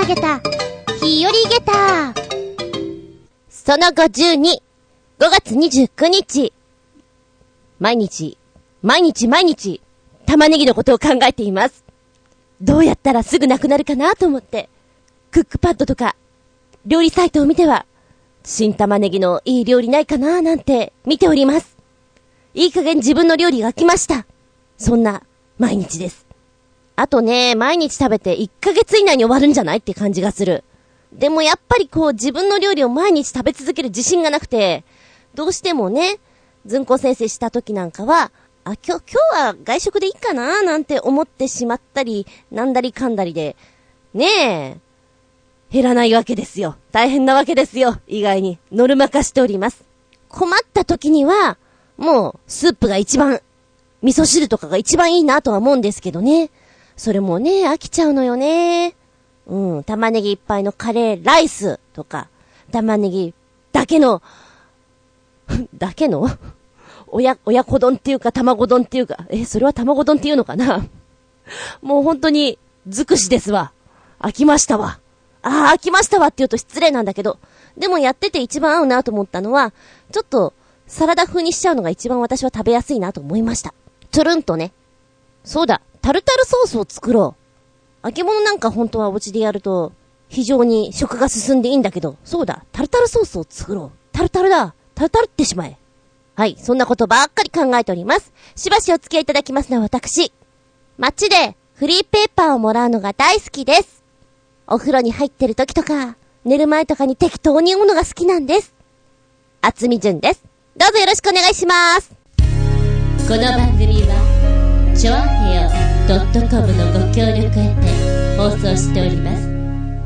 あげた日和ゲタ。その52、5月29日。毎日、玉ねぎのことを考えています。どうやったらすぐなくなるかなと思って、クックパッドとか、料理サイトを見ては、新玉ねぎのいい料理ないかななんて見ております。いい加減自分の料理が来ました。そんな毎日です。あとね、毎日食べて1ヶ月以内に終わるんじゃないって感じがする。でもやっぱりこう自分の料理を毎日食べ続ける自信がなくて、どうしてもね、ずんこ先生した時なんかは、今日は外食でいいかななんて思ってしまったり、なんだりかんだりで、ねえ、減らないわけですよ。大変なわけですよ。意外に。ノルマ化しております。困った時には、もう、スープが一番、味噌汁とかが一番いいなとは思うんですけどね。それもね、飽きちゃうのよね。玉ねぎいっぱいのカレーライスとか、玉ねぎだけの親子丼っていうか卵丼っていうか、それは卵丼っていうのかなもう本当に、尽くしですわ。飽きましたわって言うと失礼なんだけど、でもやってて一番合うなと思ったのは、ちょっとサラダ風にしちゃうのが一番私は食べやすいなと思いました。トゥルンとね。そうだ、タルタルソースを作ろう。揚げ物なんか本当はお家でやると、非常に食が進んでいいんだけど、そうだ、タルタルソースを作ろう。タルタルってしまえ。はい、そんなことばっかり考えております。しばしお付き合いいただきますのは私。街でフリーペーパーをもらうのが大好きです。お風呂に入ってる時とか、寝る前とかに適当に読むのが好きなんです。あつみじゅんです。どうぞよろしくお願いします。 この番組は、ちょあへよ .com のご協力へて放送しております。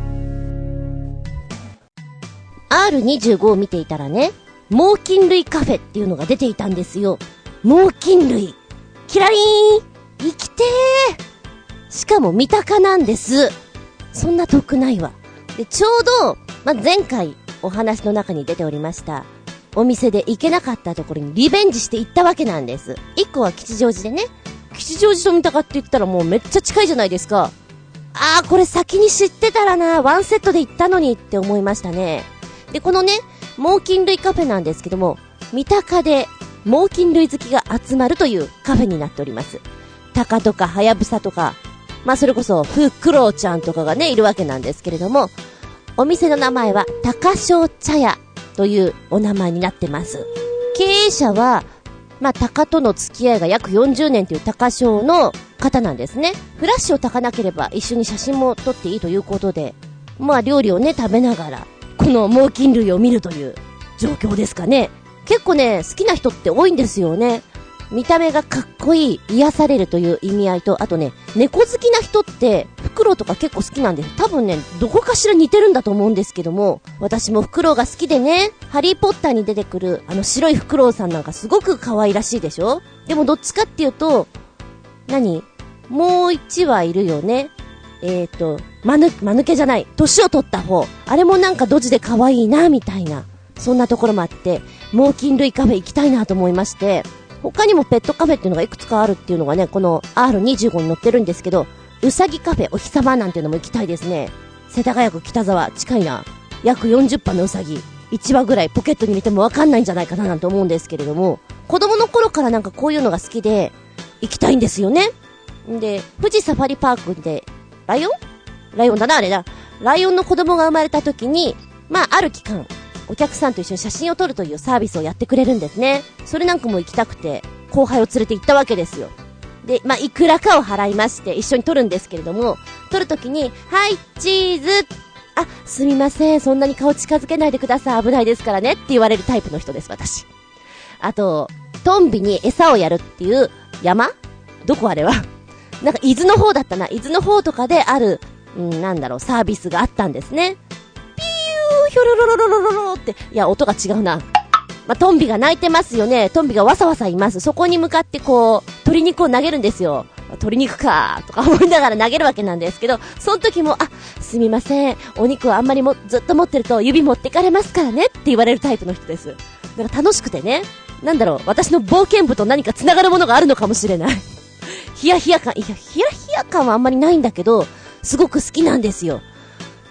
R25 を見ていたらね、猛禽類カフェっていうのが出ていたんですよ。猛禽類。キラリーン生きてー。しかも三鷹なんです。そんな遠くないわ。で、ちょうど、前回お話の中に出ておりました。お店で行けなかったところにリベンジして行ったわけなんです。一個は吉祥寺でね。吉祥寺と三鷹って言ったらもうめっちゃ近いじゃないですか。これ先に知ってたらな、ワンセットで行ったのにって思いましたね。で、このね、猛禽類カフェなんですけども、三鷹で猛禽類好きが集まるというカフェになっております。タカとかハヤブサとか、それこそフクロウちゃんとかがねいるわけなんですけれども、お店の名前は高翔茶屋というお名前になってます。経営者はタカとの付き合いが約40年という高翔の方なんですね。フラッシュを焚かなければ一緒に写真も撮っていいということで、料理をね食べながらこの猛禽類を見るという状況ですかね。結構ね好きな人って多いんですよね。見た目がかっこいい、癒されるという意味合いと、あとね、猫好きな人ってフクロウとか結構好きなんです。多分ね、どこかしら似てるんだと思うんですけども、私もフクロウが好きでね、ハリーポッターに出てくる白いフクロウさんなんかすごく可愛らしいでしょ。でもどっちかっていうと、もう一羽いるよね。間抜けじゃない、年を取った方。あれもなんかドジで可愛いなみたいな、そんなところもあって、猛禽類カフェ行きたいなと思いまして、他にもペットカフェっていうのがいくつかあるっていうのがね、この R25 に載ってるんですけど、うさぎカフェお日様なんていうのも行きたいですね。世田谷区北沢、近いな。約40羽のうさぎ、1羽ぐらいポケットに入れてもわかんないんじゃないかななんて思うんですけれども、子供の頃からなんかこういうのが好きで行きたいんですよね。で、富士サファリパークでライオンだな、あれだ。ライオンの子供が生まれた時に、ある期間お客さんと一緒に写真を撮るというサービスをやってくれるんですね。それなんかも行きたくて、後輩を連れて行ったわけですよ。で、いくらかを払いまして、一緒に撮るんですけれども、撮るときに、はい、チーズ。すみません、そんなに顔近づけないでください。危ないですからねって言われるタイプの人です、私。あと、トンビに餌をやるっていう山？どこあれは？なんか伊豆の方だったな。伊豆の方とかである、サービスがあったんですね。ヒョロロロロロロロって、いや音が違うな。トンビが鳴いてますよね。トンビがわさわさいます。そこに向かってこう鶏肉を投げるんですよ。鶏肉かとか思いながら投げるわけなんですけど、その時もすみません、お肉はあんまりずっと持ってると指持ってかれますからねって言われるタイプの人です。だから楽しくてね、私の冒険部と何か繋がるものがあるのかもしれない。ヒヤヒヤ感はあんまりないんだけど、すごく好きなんですよ。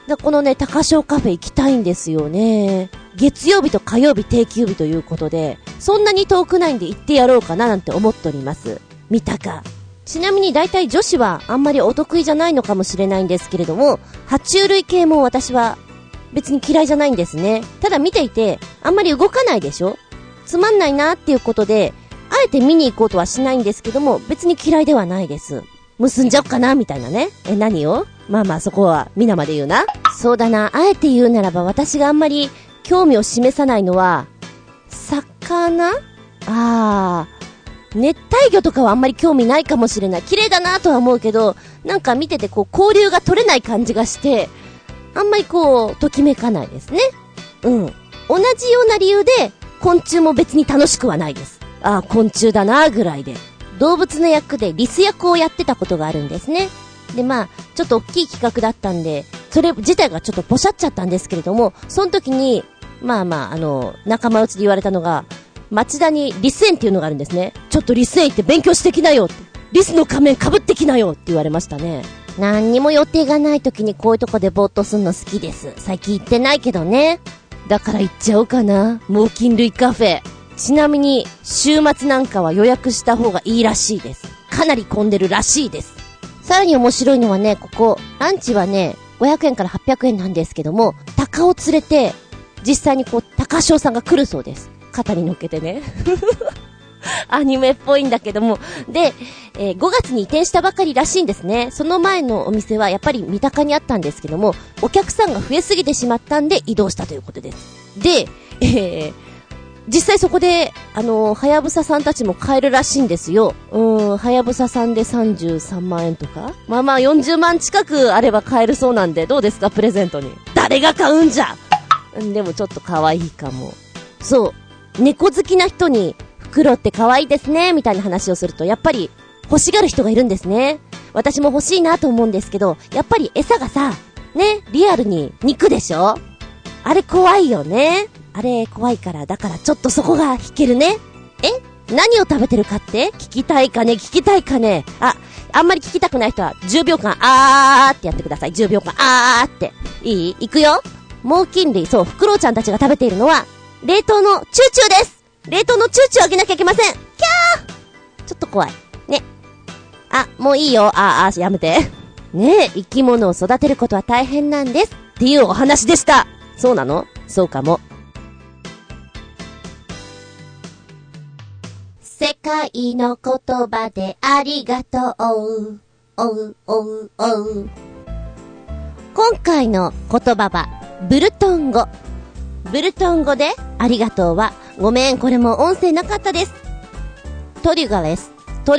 このね、高潮カフェ行きたいんですよね。月曜日と火曜日定休日ということで、そんなに遠くないんで行ってやろうかななんて思っております。三鷹。ちなみに大体女子はあんまりお得意じゃないのかもしれないんですけれども、爬虫類系も私は別に嫌いじゃないんですね。ただ見ていて、あんまり動かないでしょ？つまんないなっていうことで、あえて見に行こうとはしないんですけども、別に嫌いではないです。結んじゃおっかなみたいなね。何を？まあまあそこは皆まで言うな。そうだな、あえて言うならば私があんまり興味を示さないのは、魚？熱帯魚とかはあんまり興味ないかもしれない。綺麗だなとは思うけど、なんか見てて交流が取れない感じがして、あんまりときめかないですね。同じような理由で、昆虫も別に楽しくはないです。昆虫だなぐらいで。動物の役でリス役をやってたことがあるんですね。でちょっと大きい企画だったんで、それ自体がちょっとポシャっちゃったんですけれども、その時に、仲間内で言われたのが、町田にリス園っていうのがあるんですね。ちょっとリス園行って勉強してきなよって。リスの仮面被ってきなよって言われましたね。何にも予定がない時にこういうとこでぼーっとすんの好きです。最近行ってないけどね。だから行っちゃおうかな。猛禽類カフェ。ちなみに週末なんかは予約した方がいいらしいです。かなり混んでるらしいです。さらに面白いのはね、ここランチはね500円から800円なんですけども、鷹を連れて実際に鷹匠さんが来るそうです。肩に乗っけてねアニメっぽいんだけども、で、5月に移転したばかりらしいんですね。その前のお店はやっぱり三鷹にあったんですけども、お客さんが増えすぎてしまったんで移動したということです。で、実際そこではやぶささんたちも買えるらしいんですよ。はやぶささんで33万円とか、40万近くあれば買えるそうなんで、どうですかプレゼントに。誰が買うんじゃ。でもちょっと可愛いかも。そう、猫好きな人にフクロウって可愛いですねみたいな話をすると、やっぱり欲しがる人がいるんですね。私も欲しいなと思うんですけど、やっぱり餌がさね、リアルに肉でしょ。あれ怖いよね。あれ怖いから、だからちょっとそこが引けるね。何を食べてるかって聞きたいかね。あんまり聞きたくない人は10秒間ってやってください。10秒間っていい？いくよ。猛禽類、そう、フクロウちゃんたちが食べているのは冷凍のチューチューです。冷凍のチューチューあげなきゃいけません。キャー。ちょっと怖いね。もういいよ。やめてね。生き物を育てることは大変なんですっていうお話でした。そうなの？そうかも。 世界の言葉でありがとう。 今回の言葉はブルトン語。ブルトン語でありがとうは、ごめんこれも音声なかったです。トリガレス。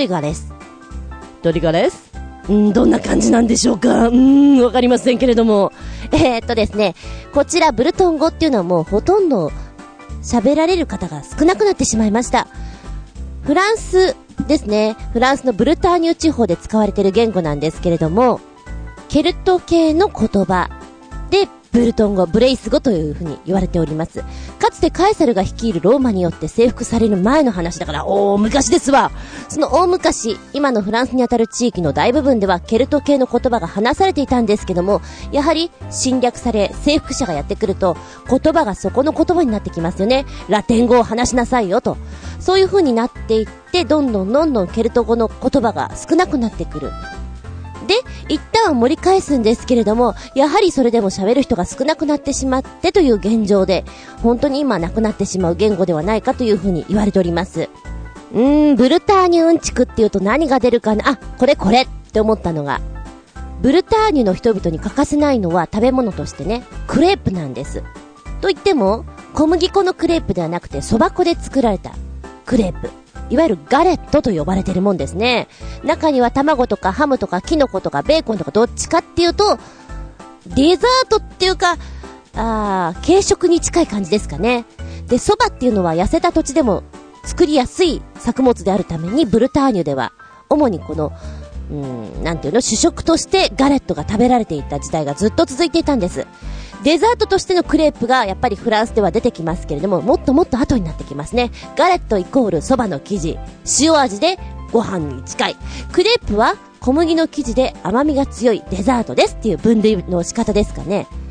どんな感じなんでしょうか。わかりませんけれども、ですね、こちらブルトン語っていうのはもうほとんど喋られる方が少なくなってしまいました。フランスですね。フランスのブルターニュ地方で使われている言語なんですけれども、ケルト系の言葉でブルトン語、ブレイス語というふうに言われております。かつてカエサルが率いるローマによって征服される前の話だから大昔ですわ。その大昔、今のフランスにあたる地域の大部分ではケルト系の言葉が話されていたんですけども、やはり侵略され征服者がやってくると言葉がそこの言葉になってきますよね。ラテン語を話しなさいよと。そういう風になっていって、どんどんケルト語の言葉が少なくなってくる。で、一旦は盛り返すんですけれども、やはりそれでも喋る人が少なくなってしまってという現状で、本当に今なくなってしまう言語ではないかというふうに言われております。ブルターニュうんちくっていうと何が出るかな。これって思ったのが、ブルターニュの人々に欠かせないのは食べ物としてね、クレープなんです。と言っても、小麦粉のクレープではなくて、そば粉で作られたクレープ。いわゆるガレットと呼ばれてるもんですね。中には卵とかハムとかキノコとかベーコンとかどっちかっていうとデザートっていうか軽食に近い感じですかね。で、蕎麦っていうのは痩せた土地でも作りやすい作物であるために、ブルターニュでは主にこの主食としてガレットが食べられていた時代がずっと続いていたんです。デザートとしてのクレープがやっぱりフランスでは出てきますけれども、もっともっと後になってきますね。ガレットイコールそばの生地、塩味でご飯に近い。クレープは小麦の生地で甘みが強いデザートですっていう分類の仕方ですかね。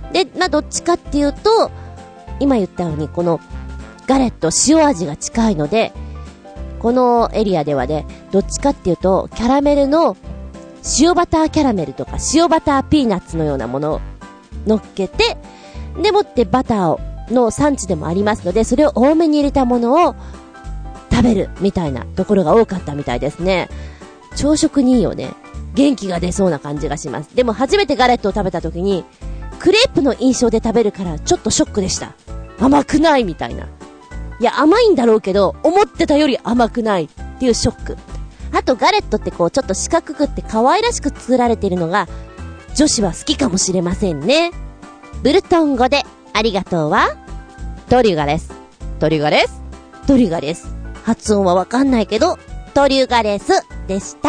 で、どっちかっていうと、今言ったようにこのガレット塩味が近いので、このエリアではね、どっちかっていうとキャラメルの塩バターキャラメルとか塩バターピーナッツのようなものを乗っけて、でもってバターの産地でもありますので、それを多めに入れたものを食べるみたいなところが多かったみたいですね。朝食にいいよね。元気が出そうな感じがします。でも初めてガレットを食べた時にクレープの印象で食べるからちょっとショックでした。甘くないみたいな。いや甘いんだろうけど思ってたより甘くないっていうショック。あとガレットってこうちょっと四角くって可愛らしく作られているのが女子は好きかもしれませんね。ブルトン語でありがとうはトリュガレス。トリュガレス。トリュガレス。発音はわかんないけどトリュガレスでした。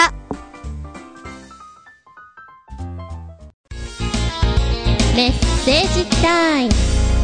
メッセージタイム。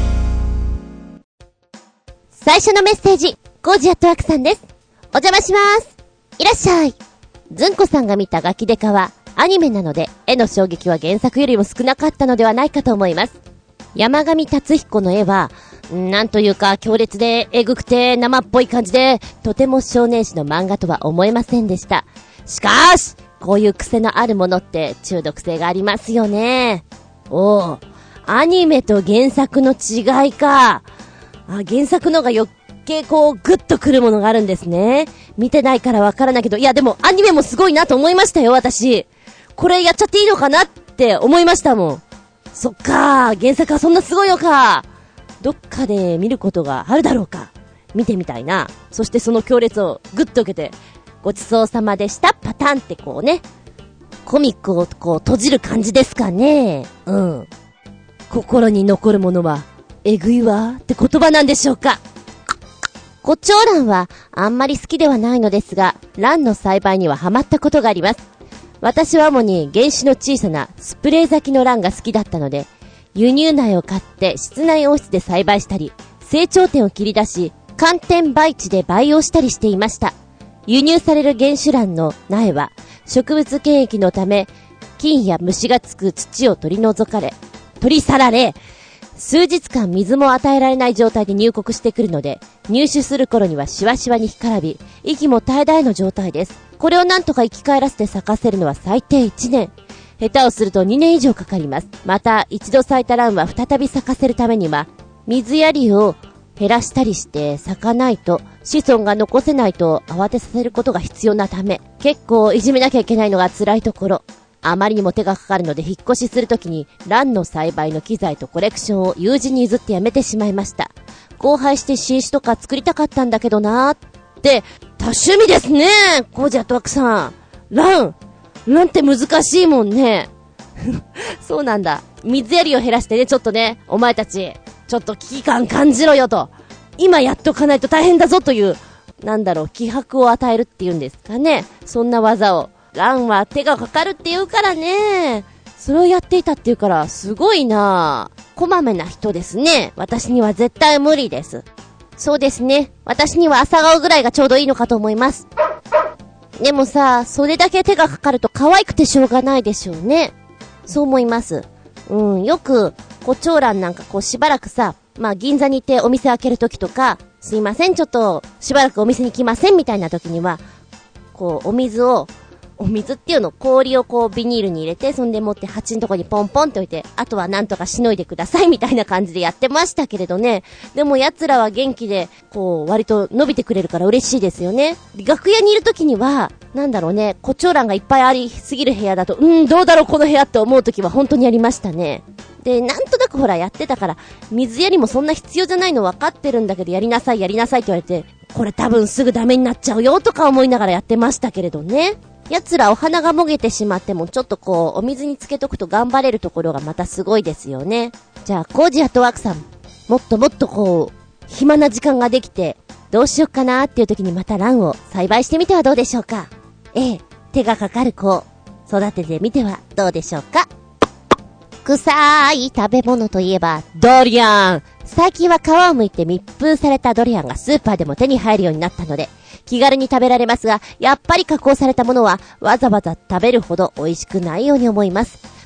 最初のメッセージ、コージアットワークさんです。お邪魔します。いらっしゃい。ずんこさんが見たガキデカはアニメなので絵の衝撃は原作よりも少なかったのではないかと思います。山上達彦の絵はなんというか強烈でえぐくて生っぽい感じで、とても少年誌の漫画とは思えませんでした。しかしこういう癖のあるものって中毒性がありますよね。おー、アニメと原作の違いか。原作のが余計こうグッとくるものがあるんですね。見てないからわからないけど、いやでもアニメもすごいなと思いましたよ。私これやっちゃっていいのかなって思いましたもん。そっか、原作はそんなすごいのか。どっかで見ることがあるだろうか。見てみたいな。そしてその強烈をグッと受けて、ごちそうさまでしたパターンってこうね、コミックをこう閉じる感じですかね。うん。心に残るものはえぐいわって言葉なんでしょうか。胡蝶蘭はあんまり好きではないのですが、蘭の栽培にはハマったことがあります。私は主に原種の小さなスプレー咲きの蘭が好きだったので、輸入苗を買って室内温室で栽培したり、成長点を切り出し寒天培地で培養したりしていました。輸入される原種蘭の苗は植物検疫のため菌や虫がつく土を取り去られ、数日間水も与えられない状態で入国してくるので、入手する頃にはシワシワに干からび、息も絶え絶えの状態です。これをなんとか生き返らせて咲かせるのは最低1年。下手をすると2年以上かかります。また、一度咲いた蘭は再び咲かせるためには、水やりを減らしたりして咲かないと、子孫が残せないと慌てさせることが必要なため、結構いじめなきゃいけないのが辛いところ。あまりにも手がかかるので引っ越しするときに蘭の栽培の機材とコレクションを友人に譲ってやめてしまいました。交配して新種とか作りたかったんだけどなーって多趣味ですね。コージアットワークさん、蘭って難しいもんね。そうなんだ。水やりを減らしてね、ちょっとね、お前たちちょっと危機感感じろよと、今やっとかないと大変だぞという、気迫を与えるっていうんですかね。そんな技を蘭は手がかかるって言うからね。それをやっていたって言うからすごいな。こまめな人ですね。私には絶対無理です。そうですね。私には朝顔ぐらいがちょうどいいのかと思います。でもさ、それだけ手がかかると可愛くてしょうがないでしょうね。そう思います。よく胡蝶蘭なんかこうしばらくさ、銀座に行ってお店開けるときとか、すいませんちょっとしばらくお店に来ませんみたいなときには、こうお水っていうの、氷をこうビニールに入れて、そんで持って鉢のとこにポンポンって置いて、あとはなんとかしのいでくださいみたいな感じでやってましたけれどね。でも奴らは元気でこう割と伸びてくれるから嬉しいですよね。楽屋にいる時には胡蝶蘭がいっぱいありすぎる部屋だと、どうだろうこの部屋って思う時は本当にありましたね。で、なんとなくほらやってたから、水やりもそんな必要じゃないの分かってるんだけど、やりなさいって言われて、これ多分すぐダメになっちゃうよとか思いながらやってましたけれどね。奴らお花がもげてしまってもちょっとこうお水につけとくと頑張れるところがまたすごいですよね。じゃあコージアットワークさん、もっともっとこう暇な時間ができてどうしよっかなーっていう時にまた蘭を栽培してみてはどうでしょうか。手がかかる子を育ててみてはどうでしょうか。臭い食べ物といえばドリアン。最近は皮を剥いて密封されたドリアンがスーパーでも手に入るようになったので気軽に食べられますが、やっぱり加工されたものはわざわざ食べるほど美味しくないように思います。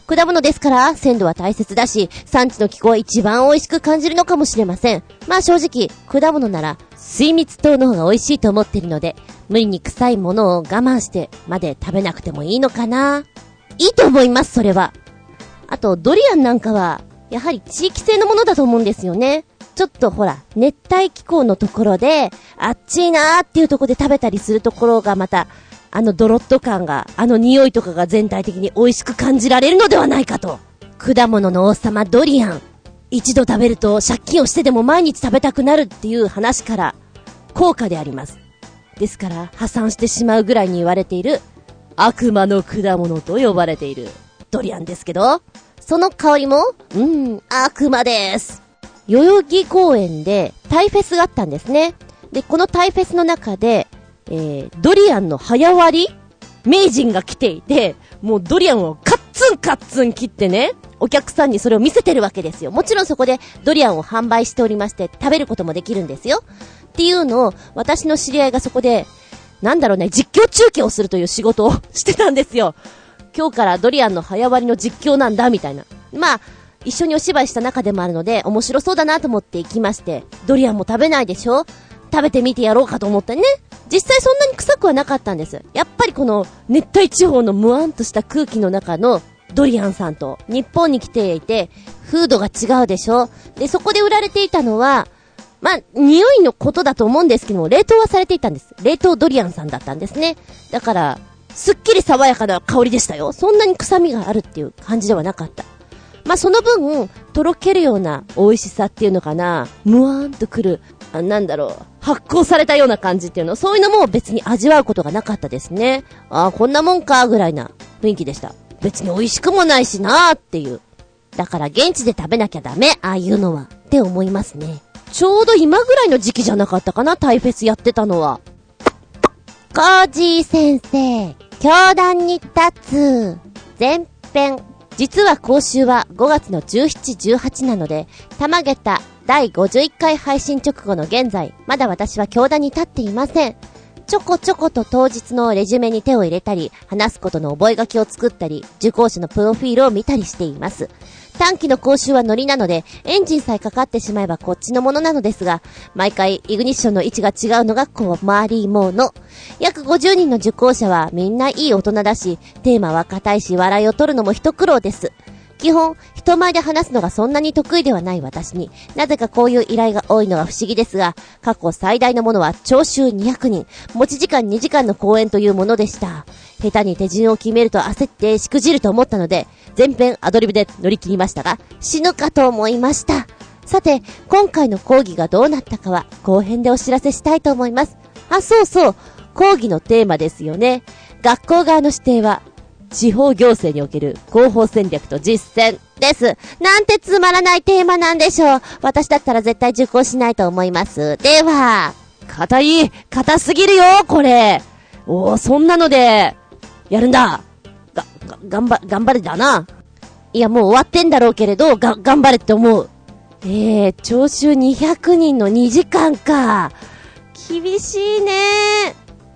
果物ですから鮮度は大切だし、産地の気候は一番美味しく感じるのかもしれません。まあ正直、果物なら水蜜糖の方が美味しいと思っているので、無理に臭いものを我慢してまで食べなくてもいいのかな。いいと思います、それは。あと、ドリアンなんかは、やはり地域性のものだと思うんですよね。ちょっとほら、熱帯気候のところで、あっちいなーっていうところで食べたりするところがまた、ドロッと感が、匂いとかが全体的に美味しく感じられるのではないかと。果物の王様ドリアン。一度食べると借金をしてでも毎日食べたくなるっていう話から、高価であります。ですから、破産してしまうぐらいに言われている、悪魔の果物と呼ばれているドリアンですけど、その香りも、悪魔です。代々木公園でタイフェスがあったんですね。で、このタイフェスの中で、ドリアンの早割り名人が来ていて、もうドリアンをカッツン切ってね、お客さんにそれを見せてるわけですよ。もちろんそこでドリアンを販売しておりまして、食べることもできるんですよ。っていうのを、私の知り合いがそこで、実況中継をするという仕事をしてたんですよ。今日からドリアンの早割りの実況なんだみたいな。まあ一緒にお芝居した中でもあるので面白そうだなと思って行きまして、ドリアンも食べないでしょ、食べてみてやろうかと思ってね。実際そんなに臭くはなかったんです。やっぱりこの熱帯地方のムワンとした空気の中のドリアンさんと日本に来ていて風土が違うでしょ。で、そこで売られていたのは匂いのことだと思うんですけども、冷凍はされていたんです。冷凍ドリアンさんだったんですね。だからすっきり爽やかな香りでしたよ。そんなに臭みがあるっていう感じではなかった。その分とろけるような美味しさっていうのかな、ムワーンとくる、発酵されたような感じっていうの、そういうのも別に味わうことがなかったですね。こんなもんかぐらいな雰囲気でした。別に美味しくもないしなーっていう。だから現地で食べなきゃダメ、ああいうのはって思いますね。ちょうど今ぐらいの時期じゃなかったかな、タイフェスやってたのは。コージー先生、教壇に立つ前編。実は講習は5月の17、18なので、玉下駄第51回配信直後の現在、まだ私は教壇に立っていません。ちょこちょこと当日のレジュメに手を入れたり、話すことの覚書を作ったり、受講者のプロフィールを見たりしています。短期の講習はノリなので、エンジンさえかかってしまえばこっちのものなのですが、毎回イグニッションの位置が違うのが困りもの。約50人の受講者はみんないい大人だし、テーマは硬いし笑いを取るのも一苦労です。基本、人前で話すのがそんなに得意ではない私に、なぜかこういう依頼が多いのは不思議ですが、過去最大のものは聴衆200人、持ち時間2時間の講演というものでした。下手に手順を決めると焦ってしくじると思ったので、全編アドリブで乗り切りましたが、死ぬかと思いました。さて、今回の講義がどうなったかは後編でお知らせしたいと思います。そうそう、講義のテーマですよね。学校側の指定は、地方行政における広報戦略と実践です。なんてつまらないテーマなんでしょう。私だったら絶対受講しないと思います。では、硬すぎるよ、これ。そんなので、やるんだ。頑張れだな。いや、もう終わってんだろうけれど、頑張れって思う。聴衆200人の2時間か。厳しいね。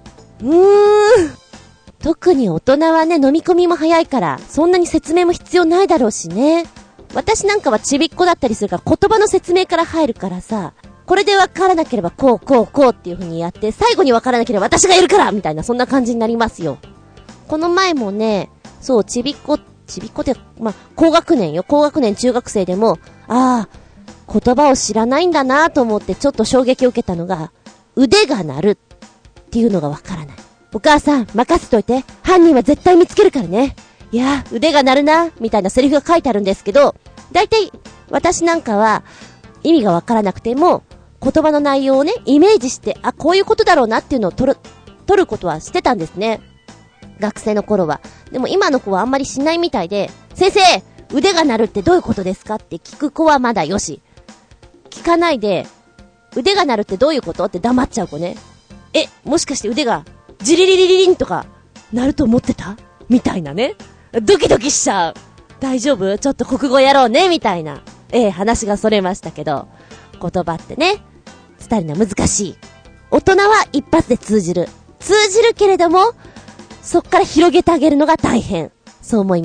特に大人はね、飲み込みも早いから、そんなに説明も必要ないだろうしね。私なんかはちびっこだったりするから、言葉の説明から入るからさ、これで分からなければこうっていう風にやって、最後に分からなければ私がいるからみたいな、そんな感じになりますよ。この前もね、そう、ちびっこで、高学年、中学生でも、言葉を知らないんだなと思ってちょっと衝撃を受けたのが、腕が鳴るっていうのがわからない。お母さん、任せといて。犯人は絶対見つけるからね。いや、腕が鳴るな、みたいなセリフが書いてあるんですけど、だいたい私なんかは意味がわからなくても、言葉の内容をね、イメージして、こういうことだろうなっていうのを取ることはしてたんですね。学生の頃は。でも今の子はあんまりしないみたいで、先生、腕が鳴るってどういうことですかって聞く子はまだよし。聞かないで、腕が鳴るってどういうことって黙っちゃう子ね。もしかして腕がジリリリリリンとか鳴ると思ってたみたいなね。ドキドキしちゃう。大丈夫？ちょっと国語やろうねみたいな。話がそれましたけど、言葉ってね、伝えるのは難しい。大人は一発で通じるけれども、そっから広げてあげるのが大変。そう思います。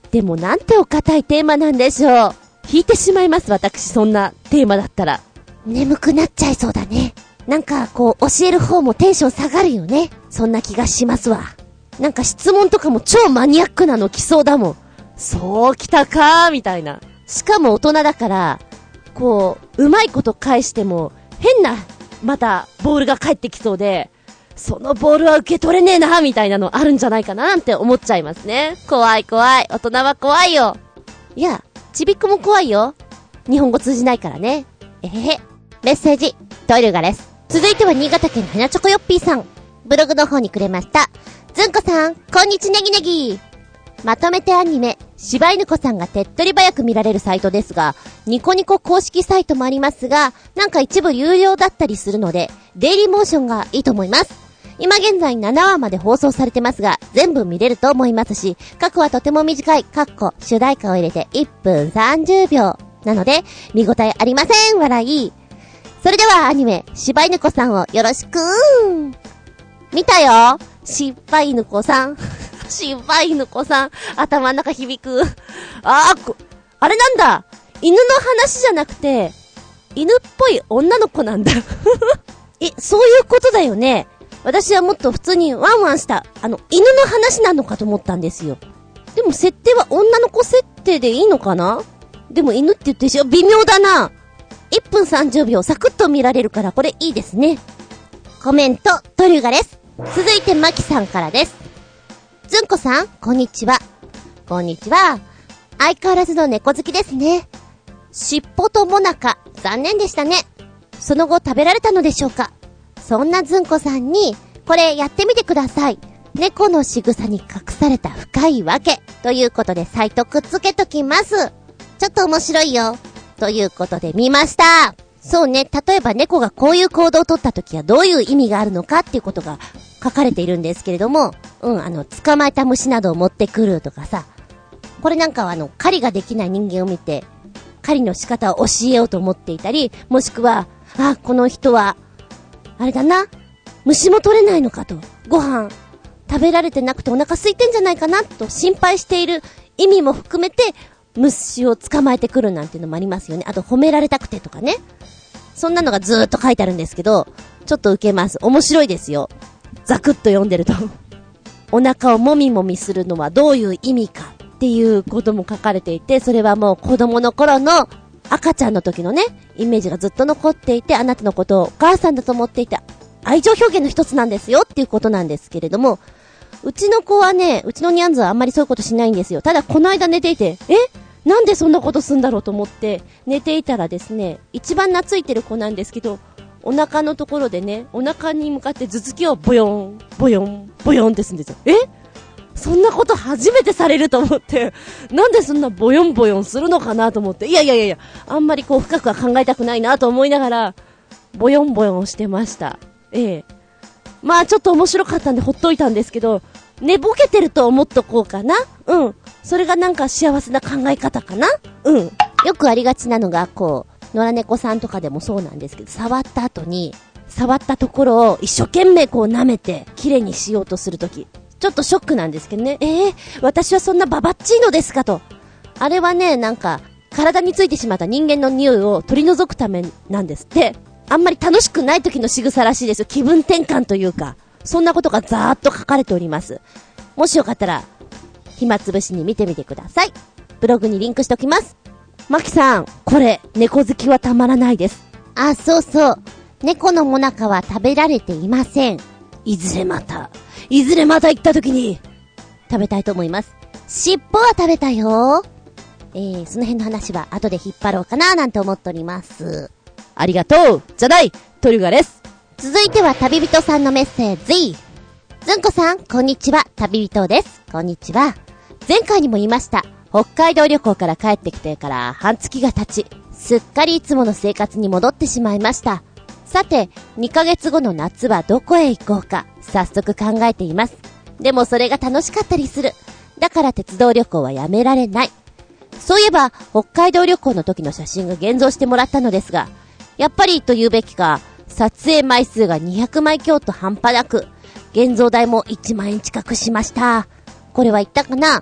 でもなんてお堅いテーマなんでしょう。弾いてしまいます、私、そんなテーマだったら。眠くなっちゃいそうだね。なんかこう教える方もテンション下がるよね。そんな気がしますわ。なんか質問とかも超マニアックなの来そうだもん。そう来たかーみたいな。しかも大人だから、こううまいこと返しても変なまたボールが返ってきそうで、そのボールは受け取れねえなみたいなのあるんじゃないかななんて思っちゃいますね。怖い怖い。大人は怖いよ。いや、ちびっこも怖いよ。日本語通じないからね。えへへ。メッセージトイルガです。続いては新潟県のひなチョコヨッピーさん、ブログの方にくれました。ずんこさん、こんにちネギネギ。まとめてアニメ柴犬子さんが手っ取り早く見られるサイトですが、ニコニコ公式サイトもありますが、なんか一部有料だったりするのでデイリーモーションがいいと思います。今現在7話まで放送されてますが、全部見れると思いますし、各話とても短い、主題歌を入れて1分30秒なので見応えありません。笑い。それではアニメ柴犬子さんをよろしく。見たよ、柴犬子さん。柴犬子さん、頭の中響く。あれなんだ、犬の話じゃなくて犬っぽい女の子なんだ。そういうことだよね。私はもっと普通にワンワンした犬の話なのかと思ったんですよ。でも設定は女の子設定でいいのかな。でも犬って言ってるし、微妙だな。1分30秒サクッと見られるからこれいいですね。コメントトリュガです。続いてマキさんからです。ずんこさん、こんにちは。こんにちは。相変わらずの猫好きですね。尻尾ともなか残念でしたね。その後食べられたのでしょうか。そんなずんこさんにこれやってみてください。猫の仕草に隠された深いわけということでサイトくっつけときます。ちょっと面白いよということで見ました。そうね、例えば猫がこういう行動をとった時はどういう意味があるのかっていうことが書かれているんですけれども、捕まえた虫などを持ってくるとかさ、これなんかは狩りができない人間を見て狩りの仕方を教えようと思っていたり、もしくはこの人はあれだな、虫も取れないのかと、ご飯食べられてなくてお腹空いてんじゃないかなと心配している意味も含めて虫を捕まえてくるなんていうのもありますよね。あと褒められたくてとかね、そんなのがずーっと書いてあるんですけど、ちょっと受けます。面白いですよ、ザクッと読んでると。お腹をもみもみするのはどういう意味かっていうことも書かれていて、それはもう子供の頃の赤ちゃんの時のねイメージがずっと残っていて、あなたのことをお母さんだと思っていて愛情表現の一つなんですよっていうことなんですけれども、うちの子はね、うちのニャンズはあんまりそういうことしないんですよ。ただこの間寝ていて、なんでそんなことすんだろうと思って寝ていたらですね、一番懐いてる子なんですけど、お腹のところでね、お腹に向かって頭突きをボヨンボヨンボヨンってするんですよ。そんなこと初めてされると思って、なんでそんなボヨンボヨンするのかなと思って、いやあんまりこう深くは考えたくないなと思いながらボヨンボヨンしてました。まあちょっと面白かったんでほっといたんですけど、寝ぼけてると思っとこうかな。それがなんか幸せな考え方かな。よくありがちなのが、こう野良猫さんとかでもそうなんですけど、触った後に触ったところを一生懸命こう舐めて綺麗にしようとするとき、ちょっとショックなんですけどね。私はそんなババッチーノですかと。あれはね、なんか体についてしまった人間の匂いを取り除くためなんですって。あんまり楽しくない時の仕草らしいですよ。気分転換というか、そんなことがざーっと書かれております。もしよかったら暇つぶしに見てみてください。ブログにリンクしておきます。マキさん、これ猫好きはたまらないです。そうそう、猫のもなかは食べられていません。いずれまた行った時に食べたいと思います。尻尾は食べたよ。その辺の話は後で引っ張ろうかななんて思っております。ありがとうじゃない、トリガです。続いては旅人さんのメッセージ。ずんこさん、こんにちは。旅人です。こんにちは。前回にも言いました。北海道旅行から帰ってきてから半月が経ち、すっかりいつもの生活に戻ってしまいました。さて、2ヶ月後の夏はどこへ行こうか、早速考えています。でもそれが楽しかったりする。だから鉄道旅行はやめられない。そういえば、北海道旅行の時の写真が現像してもらったのですが、やっぱりと言うべきか、撮影枚数が200枚強と半端なく、現像代も1万円近くしました。これは言ったかな。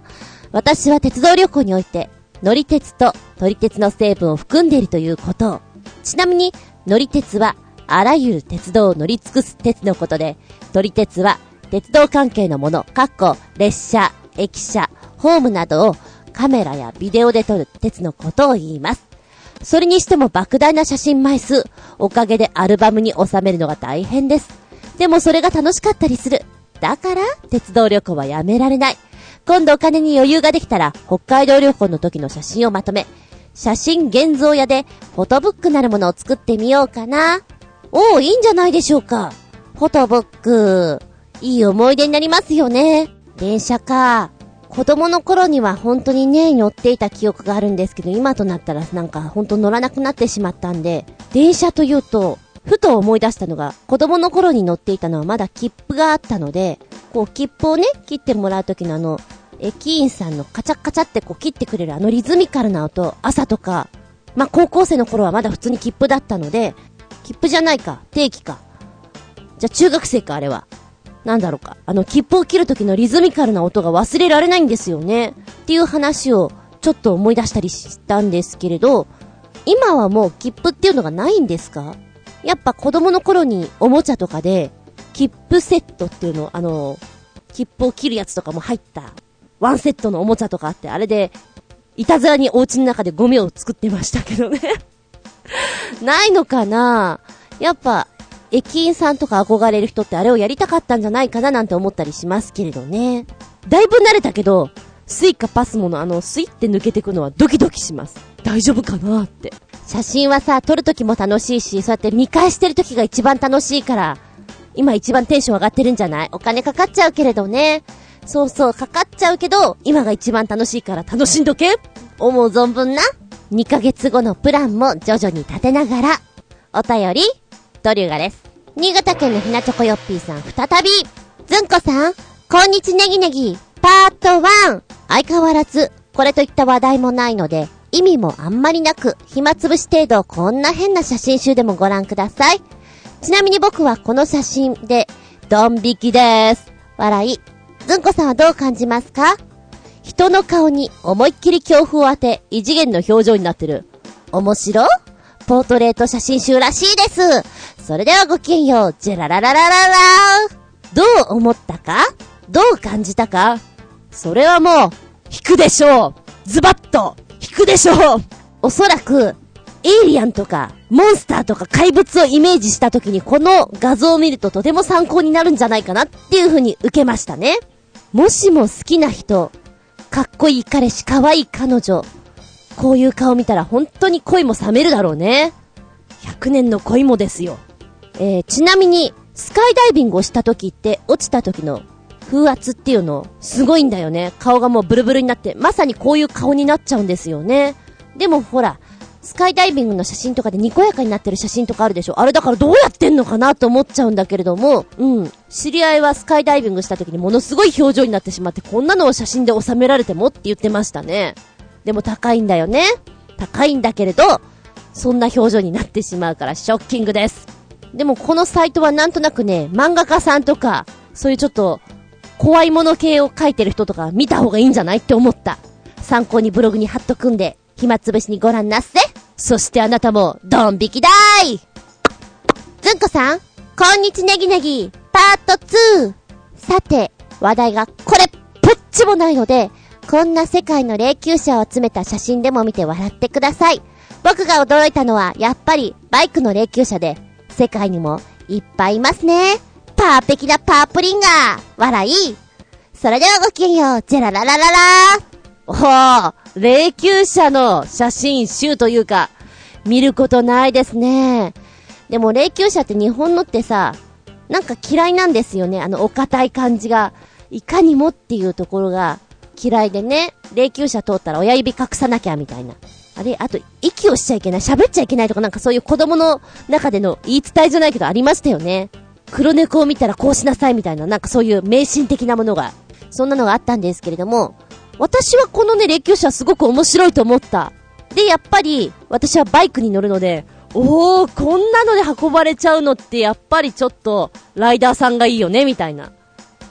私は鉄道旅行において、乗り鉄と撮り鉄の成分を含んでいるということを。ちなみに、乗り鉄は、あらゆる鉄道を乗り尽くす鉄のことで、撮り鉄は、鉄道関係のもの、列車、駅舎、ホームなどをカメラやビデオで撮る鉄のことを言います。それにしても莫大な写真枚数、おかげでアルバムに収めるのが大変です。でもそれが楽しかったりする。だから、鉄道旅行はやめられない。今度お金に余裕ができたら、北海道旅行の時の写真をまとめ、写真現像屋でフォトブックなるものを作ってみようかな。おー、いいんじゃないでしょうか。フォトブック、いい思い出になりますよね。電車か。子供の頃には本当にね、乗っていた記憶があるんですけど、今となったらなんか本当乗らなくなってしまったんで、電車というと、ふと思い出したのが、子供の頃に乗っていたのはまだ切符があったので、こう切符をね、切ってもらう時の駅員さんのカチャカチャってこう切ってくれるリズミカルな音、朝とか、高校生の頃はまだ普通に切符だったので、切符じゃないか、定期か。じゃあ中学生か、あれは。なんだろうか。切符を切る時のリズミカルな音が忘れられないんですよね。っていう話をちょっと思い出したりしたんですけれど、今はもう切符っていうのがないんですか？やっぱ子供の頃におもちゃとかで、切符セットっていうの、切符を切るやつとかも入った、ワンセットのおもちゃとかあって、あれで、いたずらにお家の中でゴミを作ってましたけどね。ないのかな？やっぱ、駅員さんとか憧れる人ってあれをやりたかったんじゃないかななんて思ったりしますけれどね。だいぶ慣れたけど、スイカパスモのスイって抜けてくのはドキドキします。大丈夫かなって。写真はさ、撮るときも楽しいし、そうやって見返してるときが一番楽しいから、今一番テンション上がってるんじゃない？お金かかっちゃうけれどね。そうそう、かかっちゃうけど、今が一番楽しいから楽しんどけ。思う存分な。2ヶ月後のプランも徐々に立てながら、お便り、ドリュガです。新潟県のひなちょこよっぴーさん、再び。ずんこさん、こんにちネギネギ、パート1。相変わらず、これといった話題もないので、意味もあんまりなく、暇つぶし程度こんな変な写真集でもご覧ください。ちなみに僕はこの写真で、ドン引きです。笑い。ずんこさんはどう感じますか？人の顔に思いっきり恐怖を当て、異次元の表情になってる。面白？ポートレート写真集らしいです。それではごきげんよう。ジェララララララー。どう思ったか？どう感じたか？それはもう、引くでしょう。ズバッと、引くでしょう。おそらく、エイリアンとか、モンスターとか怪物をイメージした時にこの画像を見るととても参考になるんじゃないかなっていう風に受けましたね。もしも好きな人、かっこいい彼氏、かわいい彼女、こういう顔見たら本当に恋も冷めるだろうね。100年の恋もですよ。ちなみにスカイダイビングをした時って落ちた時の風圧っていうのすごいんだよね。顔がもうブルブルになってまさにこういう顔になっちゃうんですよね。でもほらスカイダイビングの写真とかでにこやかになってる写真とかあるでしょ。あれだからどうやってんのかなと思っちゃうんだけれども、知り合いはスカイダイビングした時にものすごい表情になってしまって、こんなのを写真で収められてもって言ってましたね。でも高いんだよね。高いんだけれどそんな表情になってしまうからショッキングです。でもこのサイトはなんとなくね、漫画家さんとかそういうちょっと怖いもの系を描いてる人とか見た方がいいんじゃないって思った。参考にブログに貼っとくんで暇つぶしにご覧なっせ。そしてあなたもドン引きだーい。ずんこさん、こんにちネギネギパート2。さて話題がこれっぽっちもないので、こんな世界の霊柩車を集めた写真でも見て笑ってください。僕が驚いたのはやっぱりバイクの霊柩車で、世界にもいっぱいいますね。パーペキなパープリンガー。笑い。それではごきげんよう。ジェラララララー。おー、霊柩車の写真集というか見ることないですね。でも霊柩車って日本のってさ、なんか嫌いなんですよね。お堅い感じがいかにもっていうところが嫌いでね。霊柩車通ったら親指隠さなきゃみたいな、あれ、あと息をしちゃいけない、喋っちゃいけないとか、なんかそういう子供の中での言い伝えじゃないけどありましたよね。黒猫を見たらこうしなさいみたいな、なんかそういう迷信的なものが、そんなのがあったんですけれども、私はこのね霊柩車すごく面白いと思った。でやっぱり私はバイクに乗るので、こんなので運ばれちゃうのってやっぱりちょっとライダーさんがいいよねみたいな。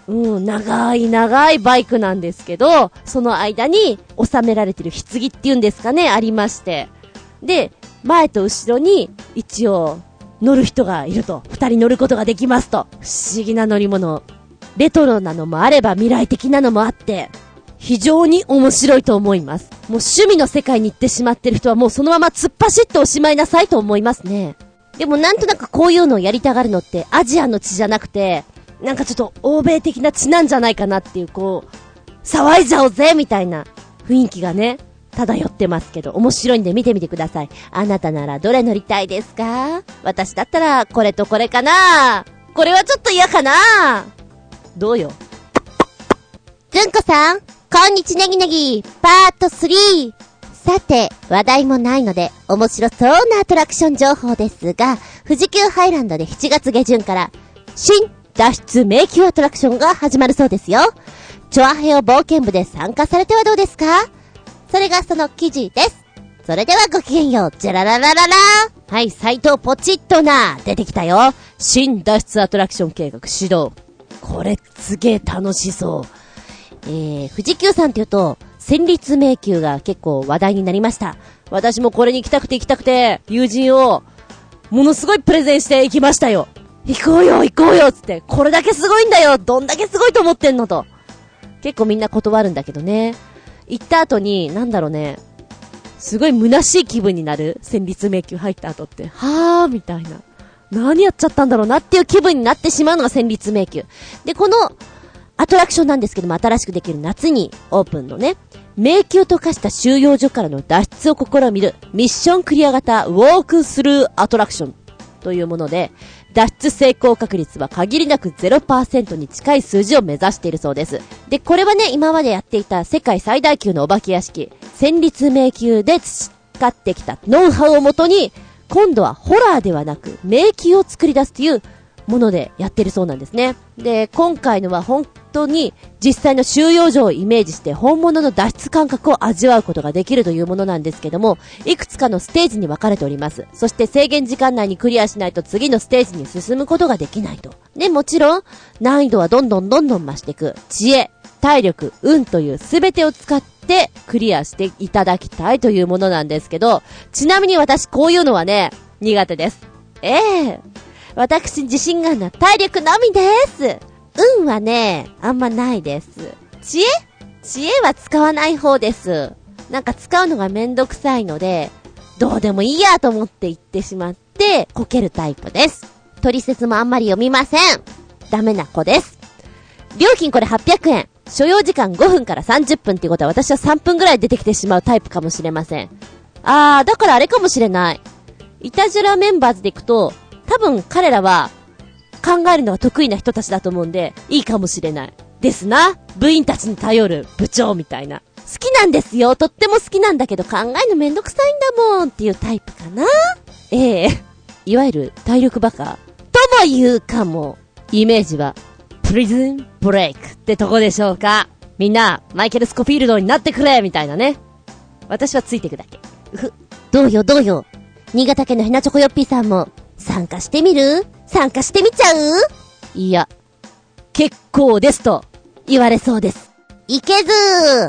長いバイクなんですけど、その間に収められてる棺っていうんですかね、ありまして。で、前と後ろに一応乗る人がいると。2人乗ることができますと。不思議な乗り物。レトロなのもあれば未来的なのもあって、非常に面白いと思います。もう趣味の世界に行ってしまってる人はもうそのまま突っ走っておしまいなさいと思いますね。でもなんとなくこういうのをやりたがるのってアジアの地じゃなくて、なんかちょっと欧米的な地なんじゃないかなっていう、騒いじゃおうぜみたいな雰囲気がね、漂ってますけど、面白いんで見てみてください。あなたならどれ乗りたいですか？私だったらこれとこれかな。これはちょっと嫌かな。どうよ。 ずんこさん、こんにちネギネギパート3。さて、話題もないので面白そうなアトラクション情報ですが、富士急ハイランドで7月下旬から新脱出迷宮アトラクションが始まるそうですよ。チョアヘオ冒険部で参加されてはどうですか？それがその記事です。それではごきげんよう。じゃららららら。 はい、サイトポチッとな。出てきたよ。新脱出アトラクション計画始動。これすげえ楽しそう。富士急さんって言うと、戦慄迷宮が結構話題になりました。私もこれに行きたくて、友人をものすごいプレゼンして行きましたよ。行こうよつって、これだけすごいんだよ。どんだけすごいと思ってんのと。結構みんな断るんだけどね。行った後に、すごい虚しい気分になる。戦慄迷宮入った後って。はぁーみたいな。何やっちゃったんだろうなっていう気分になってしまうのが戦慄迷宮。で、このアトラクションなんですけども、新しくできる夏にオープンのね、迷宮と化した収容所からの脱出を試みるミッションクリア型ウォークスルーアトラクションというもので、脱出成功確率は限りなく 0% に近い数字を目指しているそうです。で、これはね、今までやっていた世界最大級のお化け屋敷、戦慄迷宮で培ってきたノウハウをもとに、今度はホラーではなく迷宮を作り出すというものでやってるそうなんですね。で、今回のは本当に実際の収容所をイメージして本物の脱出感覚を味わうことができるというものなんですけども、いくつかのステージに分かれております。そして制限時間内にクリアしないと次のステージに進むことができないと。で、もちろん難易度はどんどん増していく。知恵、体力、運というすべてを使ってクリアしていただきたいというものなんですけど、ちなみに私こういうのはね、苦手です。私自信がな体力のみです。運はね、あんまないです。知恵は使わない方です。なんか使うのがめんどくさいので、どうでもいいやと思って言ってしまって、こけるタイプです。取説もあんまり読みません。ダメな子です。料金これ800円。所要時間5分から30分っていうことは私は3分ぐらい出てきてしまうタイプかもしれません。だからあれかもしれない。イタジュラメンバーズで行くと、多分彼らは考えるのが得意な人たちだと思うんで、いいかもしれない。ですな。部員たちに頼る部長みたいな。好きなんですよ。とっても好きなんだけど考えるのめんどくさいんだもんっていうタイプかな。いわゆる体力バカとも言うかも。イメージはプリズンブレイクってとこでしょうか。みんなマイケル・スコフィールドになってくれみたいなね。私はついてくだけ。どうよ。新潟県のヘナチョコヨッピーさんも参加してみる？参加してみちゃう？いや、結構ですと言われそうです。いけずー。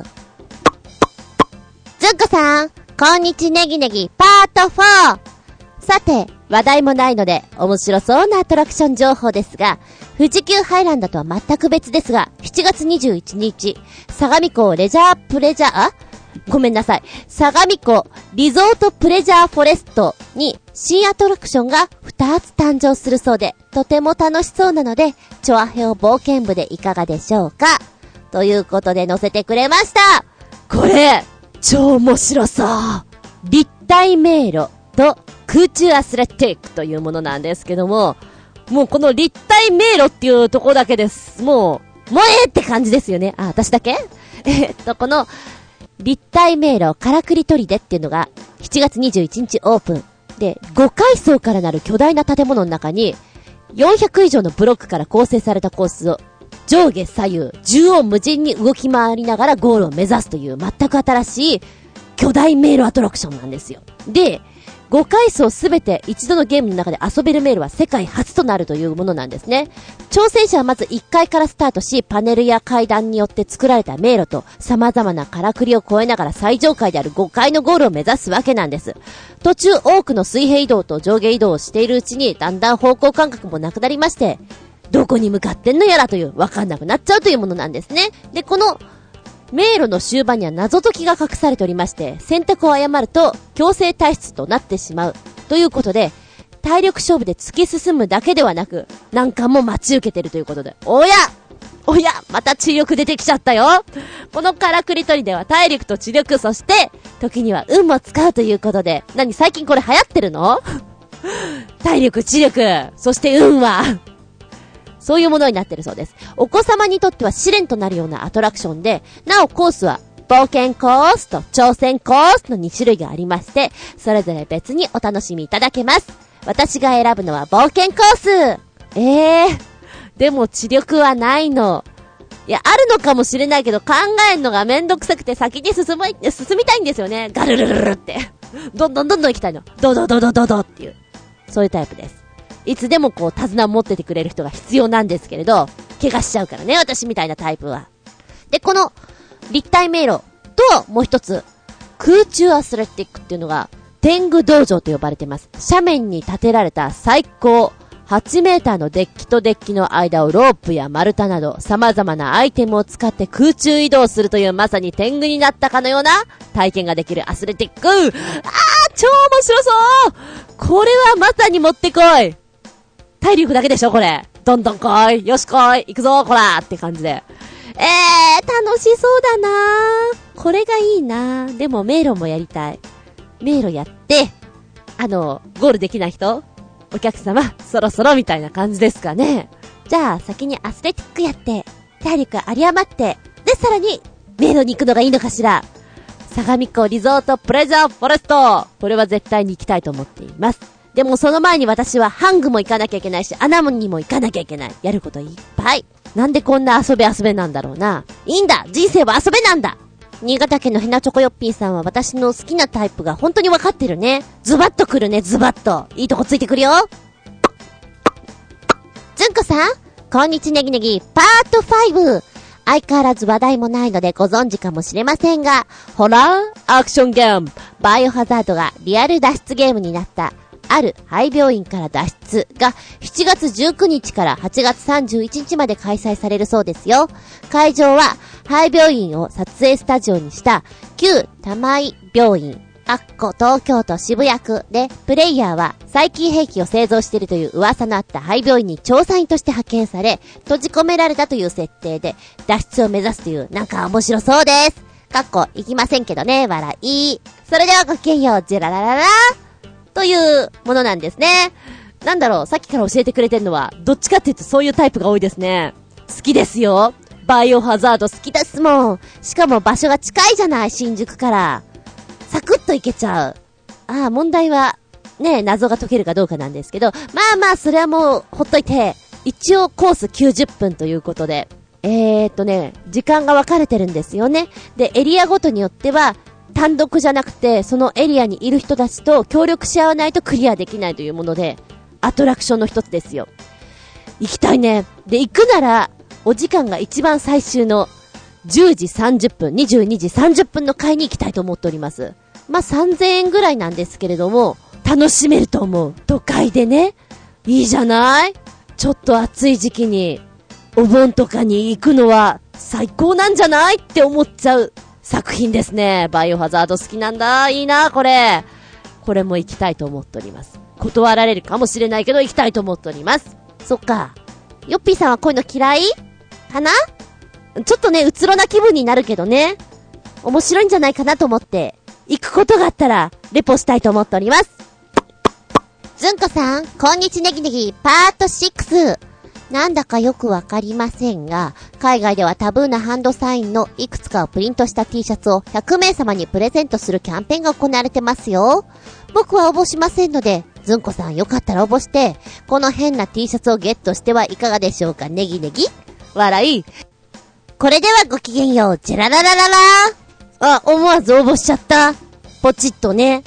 ずんこさん、こんにちネギネギパート4。さて、話題もないので面白そうなアトラクション情報ですが、富士急ハイランドとは全く別ですが、7月21日、相模湖相模湖リゾートプレジャーフォレストに新アトラクションが2つ誕生するそうで、とても楽しそうなので、チョアヘオ冒険部でいかがでしょうかということで載せてくれました。これ超面白そう。立体迷路と空中アスレティックというものなんですけども、もうこの立体迷路っていうとこだけです。もうって感じですよね。私だけこの立体迷路からくり砦っていうのが7月21日オープンで、5階層からなる巨大な建物の中に400以上のブロックから構成されたコースを上下左右縦横無尽に動き回りながらゴールを目指すという全く新しい巨大迷路アトラクションなんですよ。で、 5階層すべて一度のゲームの中で遊べる迷路は世界初となるというものなんですね。挑戦者はまず1階からスタートし、パネルや階段によって作られた迷路と様々なからくりを越えながら最上階である5階のゴールを目指すわけなんです。途中多くの水平移動と上下移動をしているうちにだんだん方向感覚もなくなりまして、どこに向かってんのやらというわかんなくなっちゃうというものなんですね。で、この迷路の終盤には謎解きが隠されておりまして、選択を誤ると強制退出となってしまうということで、体力勝負で突き進むだけではなく、難関も待ち受けてるということで、おやまた知力出てきちゃったよ。このからくり取りでは体力と知力、そして時には運も使うということで、何最近これ流行ってるの？体力、知力、そして運はそういうものになってるそうです。お子様にとっては試練となるようなアトラクションで、なおコースは冒険コースと挑戦コースの2種類がありまして、それぞれ別にお楽しみいただけます。私が選ぶのは冒険コース。でも知力はないの。いや、あるのかもしれないけど、考えんのがめんどくさくて先に進みたいんですよね。ガルルルルって。どんどん行きたいの。ドっていう。そういうタイプです。いつでもこう手綱を持っててくれる人が必要なんですけれど、怪我しちゃうからね、私みたいなタイプは。で、この立体迷路ともう一つ、空中アスレティックっていうのが天狗道場と呼ばれています。斜面に建てられた最高8メーターのデッキとデッキの間をロープや丸太など様々なアイテムを使って空中移動するという、まさに天狗になったかのような体験ができるアスレティック。超面白そう。これはまさに持ってこい。体力だけでしょこれ。どんどん来い。よし来い。行くぞこらって感じで。楽しそうだな。これがいいな。でも迷路もやりたい。迷路やって、ゴールできない人、お客様、そろそろみたいな感じですかね。じゃあ先にアスレティックやって、体力有り余って、でさらに迷路に行くのがいいのかしら。相模湖リゾートプレジャーフォレスト。これは絶対に行きたいと思っています。でもその前に私はハングも行かなきゃいけないし、アナモにも行かなきゃいけない。やることいっぱい。なんでこんな遊べなんだろうな。いいんだ、人生は遊べなんだ。新潟県のヘナチョコヨッピーさんは私の好きなタイプが本当に分かってるね。ズバッとくるね、ズバッと。いいとこついてくるよ。 ずんこさん、こんにちネギネギパート5。相変わらず話題もないのでご存知かもしれませんが、 ホラーアクションゲームバイオハザードがリアル脱出ゲームになったある廃病院から脱出が7月19日から8月31日まで開催されるそうですよ。会場は廃病院を撮影スタジオにした旧玉井病院東京都渋谷区で、プレイヤーは細菌兵器を製造しているという噂のあった廃病院に調査員として派遣され、閉じ込められたという設定で脱出を目指すという、なんか面白そうです。行きませんけどね、笑い。それではごきげんよう、ジェララララというものなんですね。 なんだろう、さっきから教えてくれてるのは、どっちかって言うとそういうタイプが多いですね。好きですよ。バイオハザード好きですもん。 しかも場所が近いじゃない、新宿から。サクッといけちゃう。 問題は、ね、謎が解けるかどうかなんですけど、まあ、それはもう、ほっといて、一応コース90分ということで、時間が分かれてるんですよね。で、エリアごとによっては、単独じゃなくて、そのエリアにいる人たちと協力し合わないとクリアできないというもので、アトラクションの一つですよ。行きたいね。で、行くなら、お時間が一番最終の10時30分、22時30分の回に行きたいと思っております。3000円ぐらいなんですけれども、楽しめると思う。都会でね。いいじゃない？ちょっと暑い時期に、お盆とかに行くのは最高なんじゃないって思っちゃう作品ですね。バイオハザード好きなんだ。いいな、これ。これも行きたいと思っております。断られるかもしれないけど行きたいと思っております。 そっか。ヨッピーさんはこういうの嫌いかな？ ちょっとね、うつろな気分になるけどね。面白いんじゃないかなと思って、行くことがあったら、レポしたいと思っております。 ずんこさん、こんにちネギネギパート6。なんだかよくわかりませんが、海外ではタブーなハンドサインのいくつかをプリントした T シャツを100名様にプレゼントするキャンペーンが行われてますよ。僕は応募しませんので、ずんこさんよかったら応募して、この変な T シャツをゲットしてはいかがでしょうか、ネギネギ。 笑い。 これではごきげんよう、ジェラララララ。 思わず応募しちゃった。ポチッとね。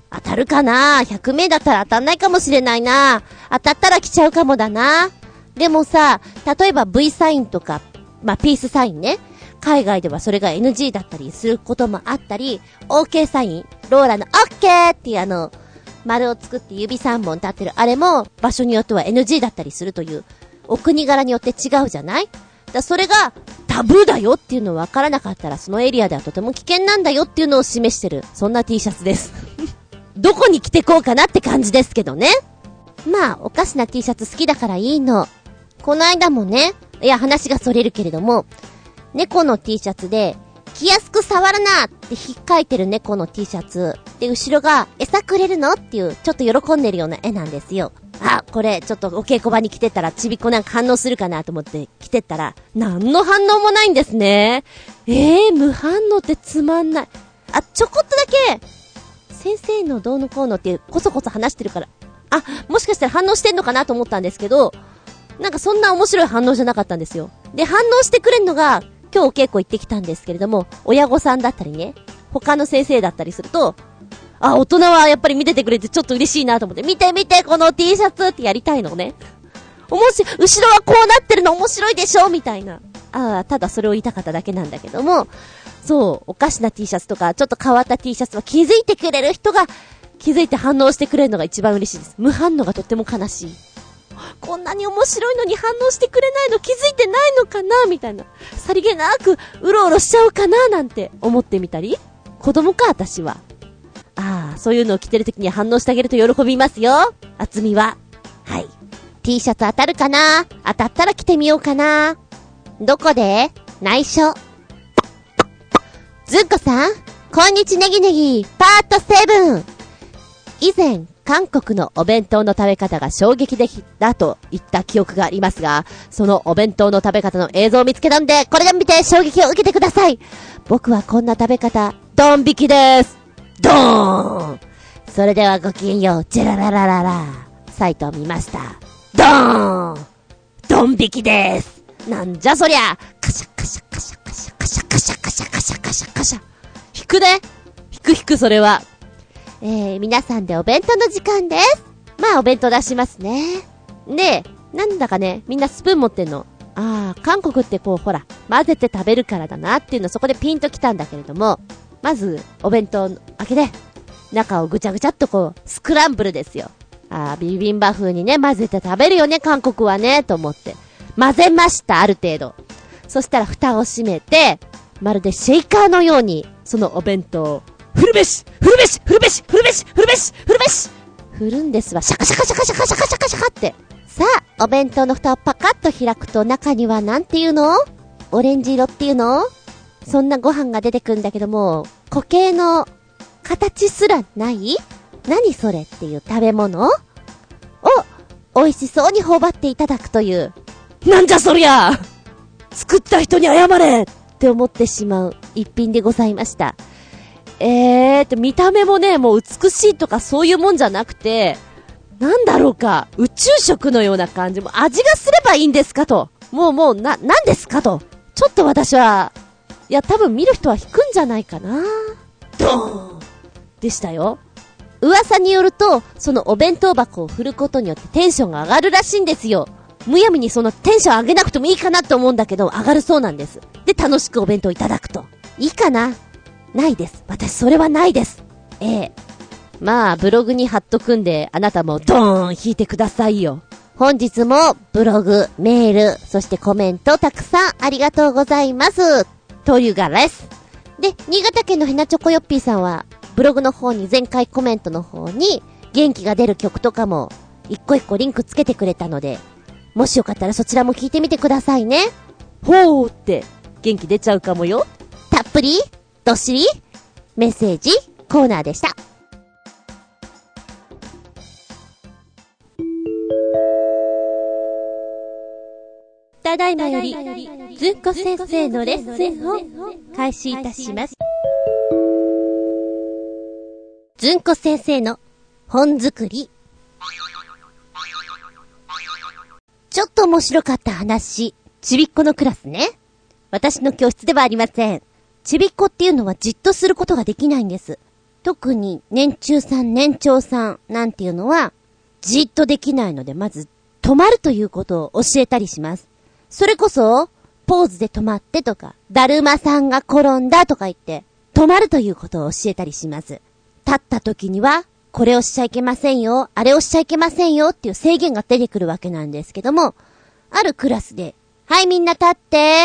当たるかな？ 100 名だったら当たんないかもしれないな。当たったら来ちゃうかもだな。でもさ、例えば V サインとか、ピースサインね。海外ではそれが NG だったりすることもあったり、OK サイン、ローラの OK っていう丸を作って指3本立ってるあれも場所によっては NG だったりするという、お国柄によって違うじゃない？それがタブーだよっていうの分からなかったら、そのエリアではとても危険なんだよっていうのを示してる、そんな T シャツです。どこに着てこうかなって感じですけどね。おかしな T シャツ好きだからいいの。この間もね、話がそれるけれども、猫の T シャツで、気安く触るなって引っかいてる猫の T シャツ。で、後ろが、餌くれるのっていう、ちょっと喜んでるような絵なんですよ。これ、ちょっとお稽古場に来てたら、ちびっこなんか反応するかなと思って来てたら、何の反応もないんですね。無反応ってつまんない。ちょこっとだけ、先生のどうのこうのってこそこそ話してるから、もしかしたら反応してんのかなと思ったんですけど、なんかそんな面白い反応じゃなかったんですよ。で、反応してくれんのが、今日お稽古行ってきたんですけれども、親御さんだったりね、他の先生だったりすると、大人はやっぱり見ててくれてちょっと嬉しいなと思って、見て見てこの T シャツってやりたいのね。後ろはこうなってるの面白いでしょみたいな。ただそれを言いたかっただけなんだけども、そう、おかしな T シャツとか、ちょっと変わった T シャツは気づいてくれる人が、気づいて反応してくれるのが一番嬉しいです。無反応がとっても悲しい。こんなに面白いのに反応してくれないの気づいてないのかなみたいな。さりげなくうろうろしちゃうかななんて思ってみたり。子供か私は。そういうのを着てるときに反応してあげると喜びますよ。あつみは。はい。T シャツ当たるかな？当たったら着てみようかな。どこで？内緒。ずんこさん、こんにちネギネギ、パート7。以前、韓国のお弁当の食べ方が衝撃的だと言った記憶がありますが、そのお弁当の食べ方の映像を見つけたんで、これで見て衝撃を受けてください。僕はこんな食べ方、ドン引きです。ドーン。それではごきげんよう、ジェラララララ。サイトを見ました。ドーン。ドン引きです。なんじゃそりゃ。カシャカシャカシャカシャカシャカシャカシャカシャカシャカシャ。引くね。引くそれは。皆さんでお弁当の時間です。お弁当出しますね。で、なんだかね、みんなスプーン持ってんの。韓国ってこうほら、混ぜて食べるからだなっていうのそこでピンときたんだけれども、まず、お弁当開けて、中をぐちゃぐちゃっとこう、スクランブルですよ。ビビンバ風にね、混ぜて食べるよね、韓国はね、と思って。混ぜました、ある程度。そしたら蓋を閉めて、まるでシェイカーのように、そのお弁当を、振るべし振るんですわ。シャカシャカシャカシャカシャカシャカシャカって。さあ、お弁当の蓋をパカッと開くと中にはなんていうの？オレンジ色っていうの？そんなご飯が出てくるんだけども、固形の形すらない？何それっていう食べ物を美味しそうに頬張っていただくという。なんじゃそりゃ！作った人に謝れって思ってしまう一品でございました。見た目もね、もう美しいとかそういうもんじゃなくて、なんだろうか、宇宙食のような感じ。も味がすればいいんですかと。なんですかと。ちょっと私は、多分見る人は引くんじゃないかな。ドーンでしたよ。噂によると、そのお弁当箱を振ることによってテンションが上がるらしいんですよ。むやみにそのテンション上げなくてもいいかなと思うんだけど、上がるそうなんです。で、楽しくお弁当いただくと。いいかな？ないです。私それはないです。ブログに貼っとくんで、あなたもドーン引いてくださいよ。本日もブログ、メール、そしてコメントたくさんありがとうございます。というがです。で、新潟県のヘナチョコヨッピーさんは、ブログの方に前回コメントの方に、元気が出る曲とかも、一個一個リンクつけてくれたので、もしよかったらそちらも聞いてみてくださいね。ほーって、元気出ちゃうかもよ。たっぷりどっしりメッセージコーナーでした。ただいまよりずんこ先生のレッスンを開始いたします。ずんこ先生の本作り。ちょっと面白かった話。ちびっこのクラスね。私の教室ではありません。ちびっこっていうのはじっとすることができないんです。 特に年中さん、年長さんなんていうのは、じっとできないので、まず止まるということを教えたりします。それこそ、ポーズで止まってとか、だるまさんが転んだとか言って、止まるということを教えたりします。立った時には、これをしちゃいけませんよ、あれをしちゃいけませんよっていう制限が出てくるわけなんですけども、あるクラスで、はいみんな立って、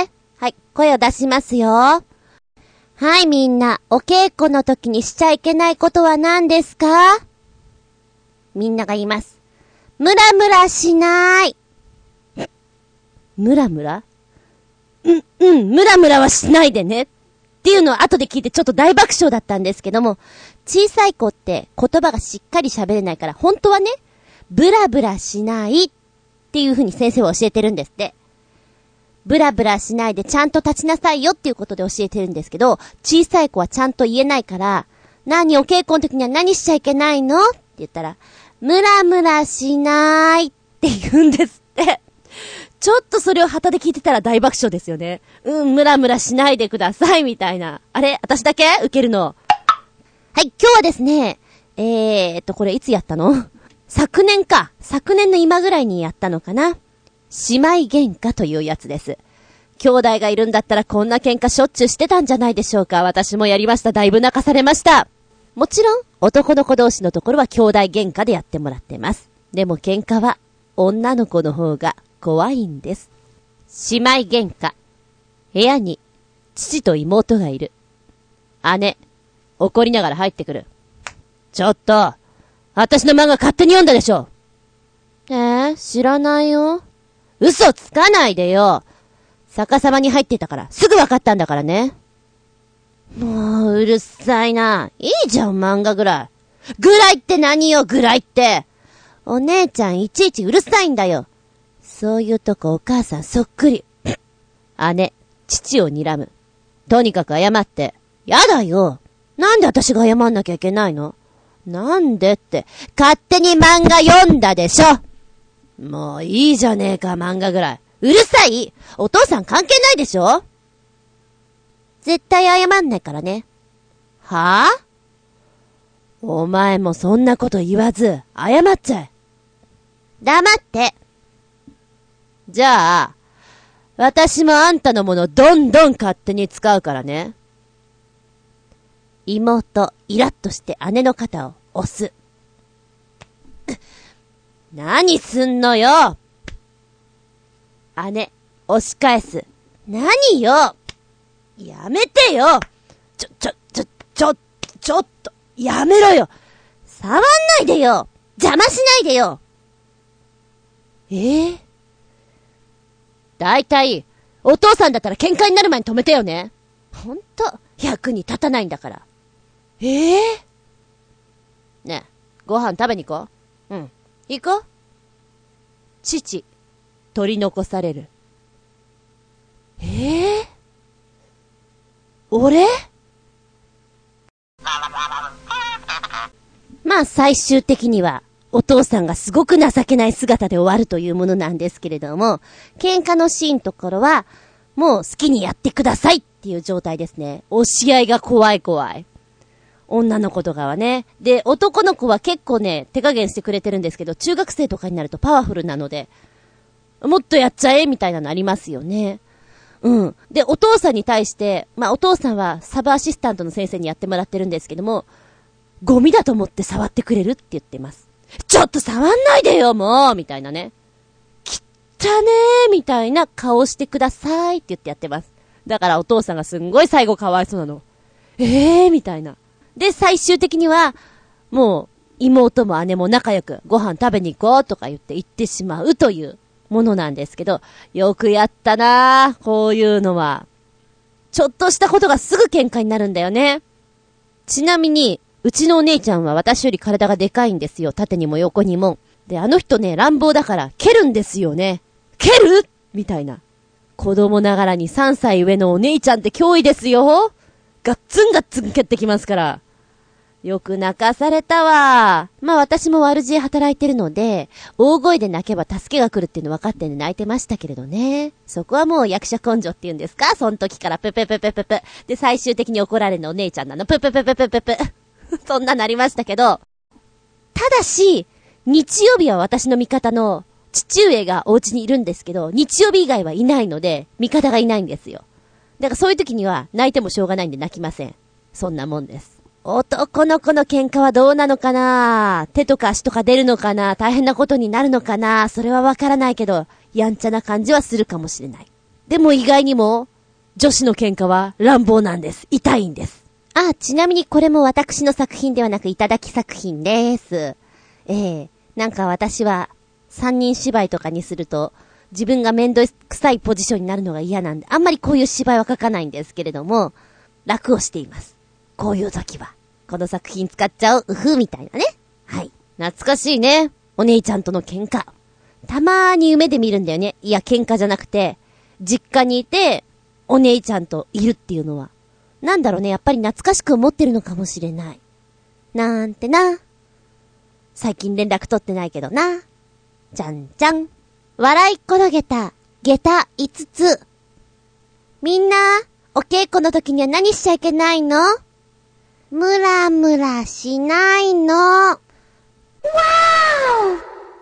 はい、声を出しますよ。はいみんな、お稽古の時にしちゃいけないことは何ですか？みんなが言います。ムラムラしない。ムラムラ？ムラムラはしないでね。っていうのを後で聞いてちょっと大爆笑だったんですけども、小さい子って言葉がしっかり喋れないから、本当はね、ブラブラしないっていう風に先生は教えてるんですって。ブラブラしないでちゃんと立ちなさいよっていうことで教えてるんですけど、小さい子はちゃんと言えないから、何お稽古の時には何しちゃいけないのって言ったら、ムラムラしないって言うんですって。ちょっとそれを旗で聞いてたら大爆笑ですよね。ムラムラしないでくださいみたいな。あれ？私だけ？受けるの。はい、今日はですね、これいつやったの？昨年の今ぐらいにやったのかな。姉妹喧嘩というやつです。兄弟がいるんだったらこんな喧嘩しょっちゅうしてたんじゃないでしょうか。私もやりました。だいぶ泣かされました。もちろん男の子同士のところは兄弟喧嘩でやってもらってます。でも喧嘩は女の子の方が怖いんです。姉妹喧嘩。部屋に父と妹がいる。姉、怒りながら入ってくる。ちょっと、私の漫画勝手に読んだでしょ。知らないよ。嘘つかないでよ。逆さまに入ってたからすぐ分かったんだからね。もううるさいな。いいじゃん漫画ぐらい。ぐらいって何よぐらいって。お姉ちゃんいちいちうるさいんだよ。そういうとこお母さんそっくり。姉、父を睨む。とにかく謝って。やだよ。なんで私が謝んなきゃいけないの？なんでって、勝手に漫画読んだでしょ。もういいじゃねえか漫画ぐらい。うるさい！お父さん関係ないでしょ？絶対謝んないからね。はぁ？お前もそんなこと言わず、謝っちゃえ。黙って。じゃあ、私もあんたのものどんどん勝手に使うからね。妹、イラッとして姉の肩を押す。何すんのよ。姉、押し返す。何よ。やめてよ。ちょっと、やめろよ。触んないでよ。邪魔しないでよ。だいたい、お父さんだったら喧嘩になる前に止めてよね。ほんと、役に立たないんだから。ねえ、ご飯食べに行こう。行こう。父、取り残される。俺？まあ最終的にはお父さんがすごく情けない姿で終わるというものなんですけれども、喧嘩のシーンところはもう好きにやってくださいっていう状態ですね。押し合いが怖い。女の子とかはね。で、男の子は結構ね、手加減してくれてるんですけど、中学生とかになるとパワフルなので、もっとやっちゃえみたいなのありますよね。で、お父さんに対して、お父さんはサブアシスタントの先生にやってもらってるんですけども、ゴミだと思って触ってくれるって言ってます。ちょっと触んないでよもうみたいなね。きったねーみたいな顔してくださいって言ってやってます。だからお父さんがすんごい最後かわいそうなの。みたいな。で、最終的には、もう、妹も姉も仲良くご飯食べに行こうとか言って行ってしまうというものなんですけど、よくやったなぁ、こういうのは。ちょっとしたことがすぐ喧嘩になるんだよね。ちなみに、うちのお姉ちゃんは私より体がでかいんですよ。縦にも横にも。で、あの人ね、乱暴だから、蹴るんですよね。蹴る？みたいな。子供ながらに3歳上のお姉ちゃんって脅威ですよ。ガッツン蹴ってきますから。よく泣かされたわ。私も悪知恵働いてるので、大声で泣けば助けが来るっていうの分かってんで泣いてましたけれどね。そこはもう役者根性っていうんですか？その時からププププププ。で、最終的に怒られるのお姉ちゃんなの。プププププププ。 そんななりましたけど、ただし、日曜日は私の味方の父上がお家にいるんですけど、日曜日以外はいないので、味方がいないんですよ。だからそういう時には泣いてもしょうがないんで泣きません。そんなもんです。男の子の喧嘩はどうなのかな、手とか足とか出るのかな、大変なことになるのかな、それはわからないけど、やんちゃな感じはするかもしれない。でも意外にも、女子の喧嘩は乱暴なんです。痛いんです。 ちなみにこれも私の作品ではなくいただき作品です。なんか私は三人芝居とかにすると自分がめんどくさいポジションになるのが嫌なんで、あんまりこういう芝居は書かないんですけれども、楽をしています。こういう時はこの作品使っちゃう、みたいなね。はい。懐かしいね。お姉ちゃんとの喧嘩。たまーに夢で見るんだよね。いや喧嘩じゃなくて、実家にいてお姉ちゃんといるっていうのは、なんだろうね、やっぱり懐かしく思ってるのかもしれない。なんてな。最近連絡取ってないけどな。じゃんじゃん。笑い転げた下駄5つ。みんな、お稽古の時には何しちゃいけないの？ムラムラしないの。わーお！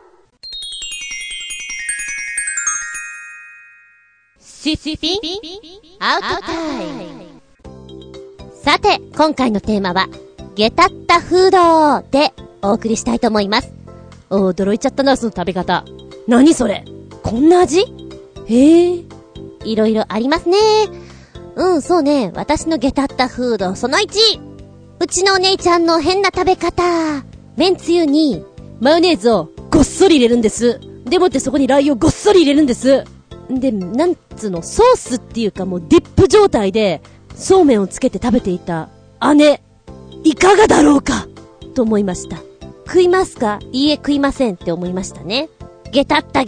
シッピンアウトタイム。 さて、今回のテーマはゲタッタフードでお送りしたいと思います。 驚いちゃったな、その食べ方。何それ、こんな味？ いろいろありますね。そうね。私のゲタッタフードその1、うちのお姉ちゃんの変な食べ方。めんつゆにマヨネーズをごっそり入れるんです。でもってそこにラー油をごっそり入れるんです。で、なんつうの、ソースっていうかもうディップ状態でそうめんをつけて食べていた姉、いかがだろうかと思いました。 食いますか？いいえ、食いませんって思いましたね。ゲタッタ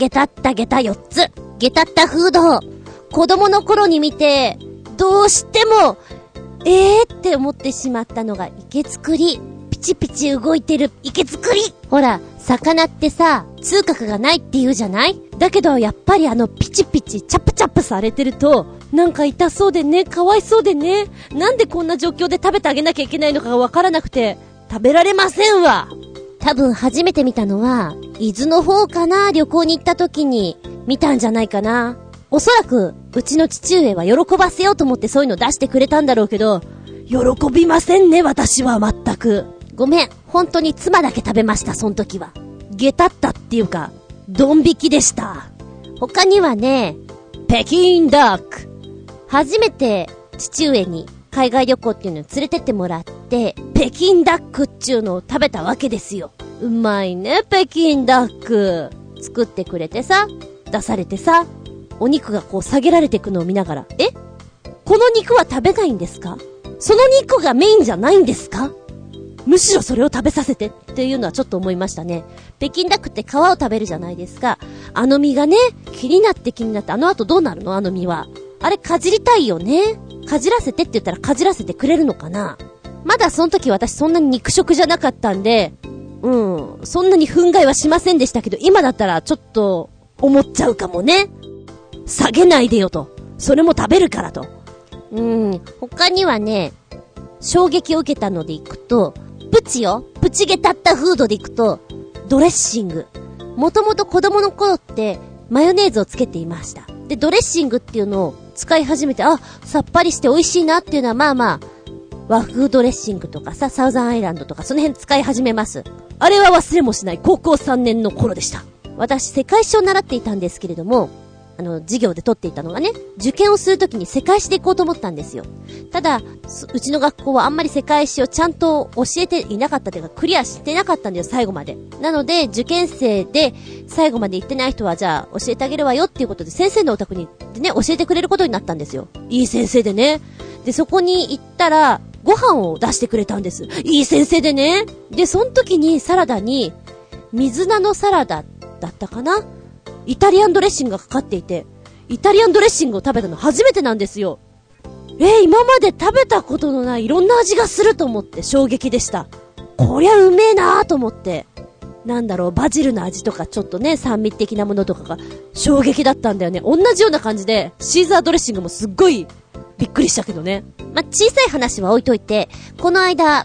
4つ。ゲタッタフード。子供の頃に見て、どうしても、って思ってしまったのが、イケツクリ。ピチピチ動いてる、イケツクリ。ほら、魚ってさ、痛覚がないって言うじゃない？ だけど、やっぱりピチピチ、チャプチャプされてると、なんか痛そうでね、かわいそうでね、なんでこんな状況で食べてあげなきゃいけないのかがわからなくて、食べられませんわ。 多分初めて見たのは、伊豆の方かな、旅行に行った時に見たんじゃないかな。おそらく、うちの父上は喜ばせようと思ってそういうの出してくれたんだろうけど、 喜びませんね、私は全く。 ごめん、本当に妻だけ食べました、その時は。 下タッタっていうか、ドン引きでした。 他にはね、 北京ダック。 初めて父上に海外旅行っていうのを連れてってもらって、 北京ダックっていうのを食べたわけですよ。うまいね、北京ダック。 作ってくれてさ、 出されてさ、お肉がこう下げられていくのを見ながら、この肉は食べないんですか？その肉がメインじゃないんですか？むしろそれを食べさせてっていうのはちょっと思いましたね。 北京ダックって皮を食べるじゃないですか。 あの身がね、気になってあの後どうなるの？あの身は。あれかじりたいよね。かじらせてって言ったらかじらせてくれるのかな？まだその時私そんなに肉食じゃなかったんで、そんなに憤慨はしませんでしたけど、今だったらちょっと思っちゃうかもね。下げないでよと。それも食べるからと。 他にはね、衝撃を受けたのでいくと、プチゲタッタフードでいくと、ドレッシング。もともと子供の頃ってマヨネーズをつけていました。で、ドレッシングっていうのを使い始めて、さっぱりして美味しいなっていうのはまあ、和風ドレッシングとかさ、サウザンアイランドとかその辺使い始めます。 あれは忘れもしない高校3年の頃でした。 私、世界史を習っていたんですけれども、授業で取っていたのがね、受験をするときに世界史で行こうと思ったんですよ。ただ、うちの学校はあんまり世界史をちゃんと教えていなかったというか、クリアしてなかったんだよ、最後まで。なので、受験生で最後まで行ってない人は、じゃあ教えてあげるわよっていうことで、先生のお宅にでね、教えてくれることになったんですよ。 いい先生でね。 で、そこに行ったら、ご飯を出してくれたんです。 いい先生でね。 で、その時にサラダに、水菜のサラダだったかな？イタリアンドレッシングがかかっていて、イタリアンドレッシングを食べたの初めてなんですよ。 今まで食べたことのないいろんな味がすると思って衝撃でした。こりゃうめえなーと思って。なんだろう、バジルの味とかちょっとね、酸味的なものとかが衝撃だったんだよね。同じような感じで、シーザードレッシングもすっごいびっくりしたけどね。 小さい話は置いといて、この間、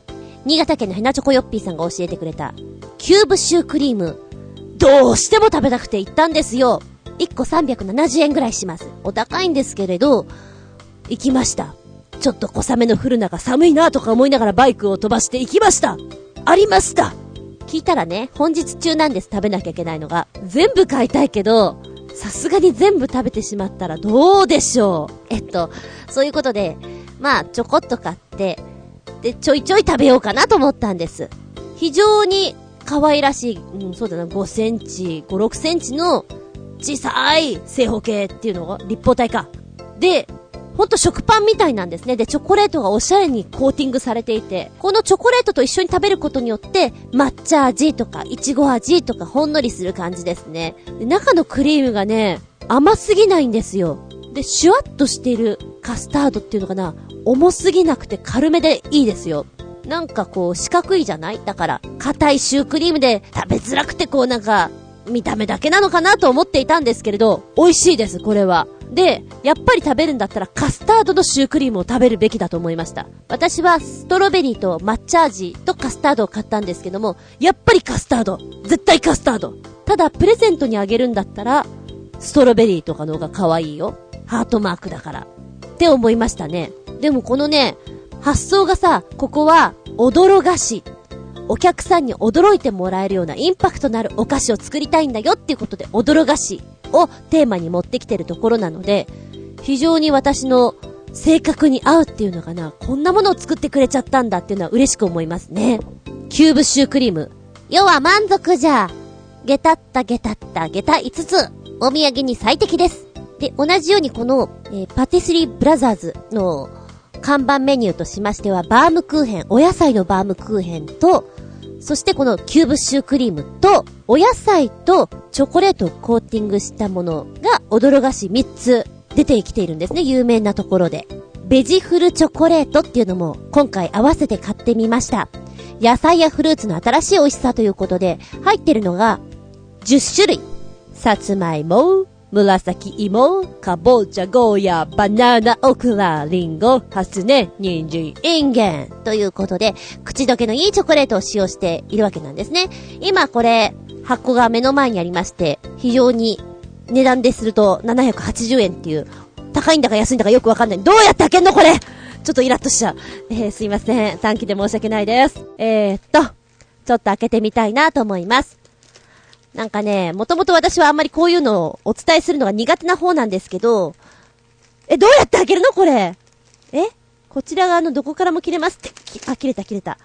新潟県のヘナチョコヨッピーさんが教えてくれたキューブシュークリーム、どうしても食べたくて行ったんですよ。1個370円ぐらいします。お高いんですけれど行きました。ちょっと小雨の降る中寒いなとか思いながらバイクを飛ばして行きました。ありました。聞いたらね、本日中なんです、食べなきゃいけないのが。全部買いたいけどさすがに全部食べてしまったらどうでしょう。そういうことでまあちょこっと買ってでちょいちょい食べようかなと思ったんです。非常に可愛らしい、そうだな、5センチ、5、6センチの小さい正方形っていうのが立方体か。で、ほんと食パンみたいなんですね。で、チョコレートがおしゃれにコーティングされていて、このチョコレートと一緒に食べることによって、抹茶味とか、いちご味とかほんのりする感じですね。で、中のクリームがね、甘すぎないんですよ。で、シュワッとしているカスタードっていうのかな、重すぎなくて軽めでいいですよ。なんかこう四角いじゃない？だから硬いシュークリームで食べづらくてこうなんか見た目だけなのかなと思っていたんですけれど、美味しいですこれは。で、やっぱり食べるんだったらカスタードのシュークリームを食べるべきだと思いました。私はストロベリーと抹茶味とカスタードを買ったんですけども、やっぱりカスタード、絶対カスタード。ただプレゼントにあげるんだったらストロベリーとかの方が可愛いよ、ハートマークだからって思いましたね。でもこのね、発想がさ、ここは驚菓子、お客さんに驚いてもらえるようなインパクトのあるお菓子を作りたいんだよっていうことで、驚菓子をテーマに持ってきてるところなので、非常に私の性格に合うっていうのかな、こんなものを作ってくれちゃったんだっていうのは嬉しく思いますね。キューブシュークリーム、要は満足じゃ。ゲタったゲタったゲタ5つ、お土産に最適です。で、同じようにこの、パティスリーブラザーズの看板メニューとしましては、バームクーヘン、お野菜のバームクーヘンと、そしてこのキューブシュークリームと、お野菜とチョコレートをコーティングしたものが驚菓子3つ出てきているんですね、有名なところで。ベジフルチョコレートっていうのも今回合わせて買ってみました。野菜やフルーツの新しい美味しさということで、入ってるのが10種類。さつまいも、紫芋、かぼちゃ、ゴーヤ、バナナ、オクラ、リンゴ、ハスネ、人参、インゲンということで、口どけのいいチョコレートを使用しているわけなんですね。今これ箱が目の前にありまして、非常に値段ですると780円っていう、高いんだか安いんだかよくわかんない。どうやって開けんのこれ。ちょっとイラッとしちゃう。すいません、短期で申し訳ないです。ちょっと開けてみたいなと思います。なんかね、もともと私はあんまりこういうのをお伝えするのが苦手な方なんですけど、どうやって開けるのこれ。こちら側のどこからも切れますって。切れた。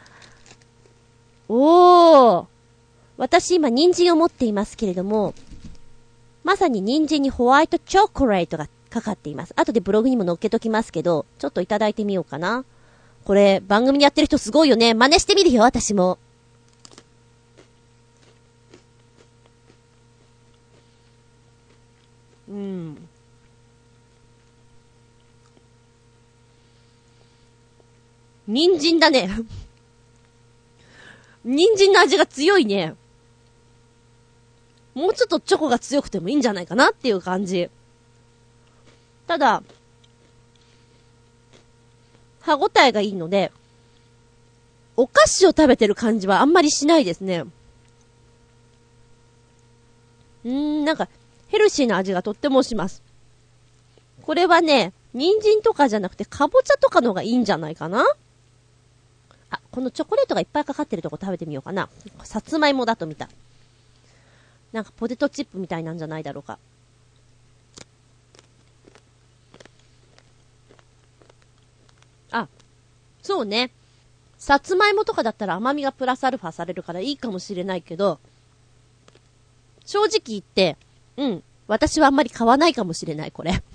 おー。私今人参を持っていますけれども、まさに人参にホワイトチョコレートがかかっています。後でブログにも載っけときますけど、ちょっといただいてみようかな。これ番組にやってる人すごいよね。真似してみるよ、私も。人参だね。人参の味が強いね。もうちょっとチョコが強くてもいいんじゃないかなっていう感じ。ただ、歯ごたえがいいので、お菓子を食べてる感じはあんまりしないですね。なんか、ヘルシーな味がとってもします。これはね、人参とかじゃなくて、かぼちゃとかのがいいんじゃないかな？このチョコレートがいっぱいかかってるとこ食べてみようかな。さつまいもだと見た。なんかポテトチップみたいなんじゃないだろうか。そうね。さつまいもとかだったら甘みがプラスアルファされるからいいかもしれないけど、正直言って、私はあんまり買わないかもしれない、これ。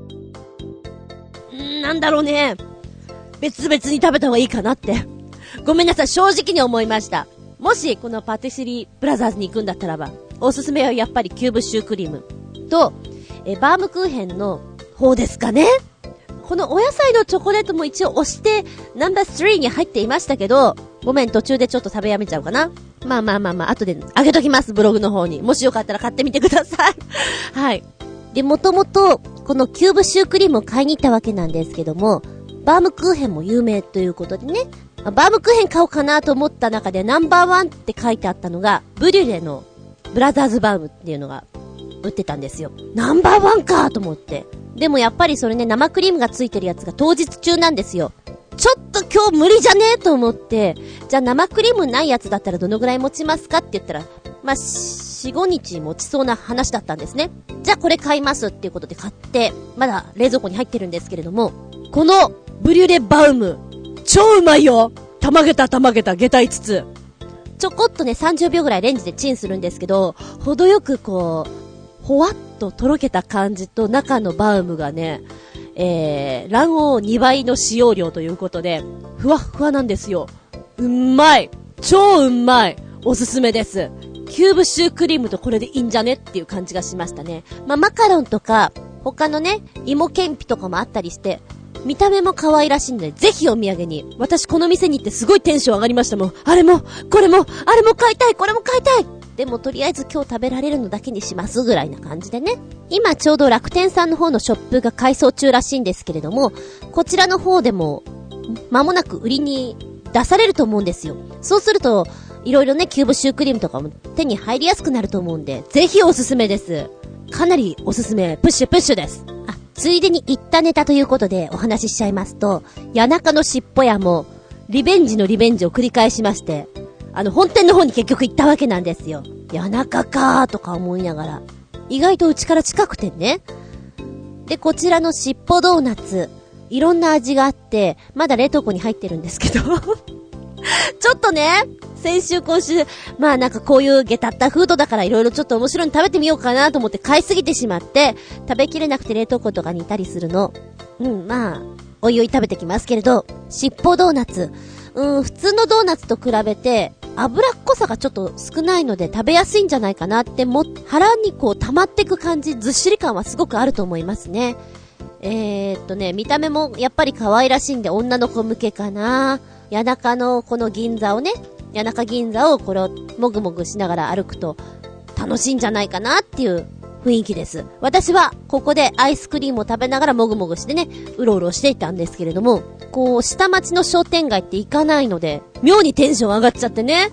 なんだろうね。別々に食べた方がいいかなって。ごめんなさい、正直に思いました。もし、このパティスリーブラザーズに行くんだったらば、おすすめはやっぱりキューブシュークリームと、バームクーヘンの方ですかね。このお野菜のチョコレートも一応押してナンバー3に入っていましたけど、ごめん、途中でちょっと食べやめちゃうかな。まあ、後であげときます、ブログの方に。もしよかったら買ってみてください。はい。で、もともと、このキューブシュークリームを買いに行ったわけなんですけども、バームクーヘンも有名ということでね、 バームクーヘン買おうかなと思った中でナンバーワンって書いてあったのが、ブリュレのブラザーズバウムっていうのが売ってたんですよ。ナンバーワンかと思って。でもやっぱりそれね、生クリームがついてるやつが当日中なんですよ。ちょっと今日無理じゃねえと思って、じゃあ生クリームないやつだったらどのぐらい持ちますかって言ったら、4、5日持ちそうな話だったんですね。じゃあこれ買いますっていうことで買って、まだ冷蔵庫に入ってるんですけれども、このブリュレバウム、超うまいよ。たまげた、下駄5つ。ちょこっとね、30秒ぐらいレンジでチンするんですけど、程よくこう、ほわっととろけた感じと中のバウムがね、卵黄2倍の使用量ということで、ふわっふわなんですよ。うんまい。超うんまい。おすすめです。キューブシュークリームとこれでいいんじゃねっていう感じがしましたね。マカロンとか、他のね、芋けんぴとかもあったりして、見た目も可愛らしいので、ぜひお土産に。私この店に行ってすごいテンション上がりましたもん。あれも、これも、あれも買いたい、これも買いたい。でもとりあえず今日食べられるのだけにしますぐらいな感じでね。今ちょうど楽天さんの方のショップが改装中らしいんですけれども、こちらの方でも間もなく売りに出されると思うんですよ。そうするといろいろね、キューブシュークリームとかも手に入りやすくなると思うんで、ぜひおすすめです。かなりおすすめ、プッシュです。ついでに言ったネタということでお話ししちゃいますと、谷中のしっぽ屋もリベンジのリベンジを繰り返しまして、本店の方に結局行ったわけなんですよ。谷中かーとか思いながら。意外とうちから近くてね。で、こちらのしっぽドーナツ、いろんな味があって、まだ冷凍庫に入ってるんですけど。ちょっとね、先週今週、なんかこういうゲタったフードだからいろいろちょっと面白いの食べてみようかなと思って買いすぎてしまって、食べきれなくて冷凍庫とかにいたりするの。おいおい食べてきますけれど、しっぽドーナツ。普通のドーナツと比べて、脂っこさがちょっと少ないので食べやすいんじゃないかなって、腹にこう溜まってく感じ、ずっしり感はすごくあると思いますね。見た目もやっぱり可愛らしいんで女の子向けかな。谷中のこの銀座をね、谷中銀座をこれをもぐもぐしながら歩くと楽しいんじゃないかなっていう雰囲気です。私はここでアイスクリームを食べながらもぐもぐしてね、うろうろしていたんですけれども、こう下町の商店街って行かないので妙にテンション上がっちゃってね。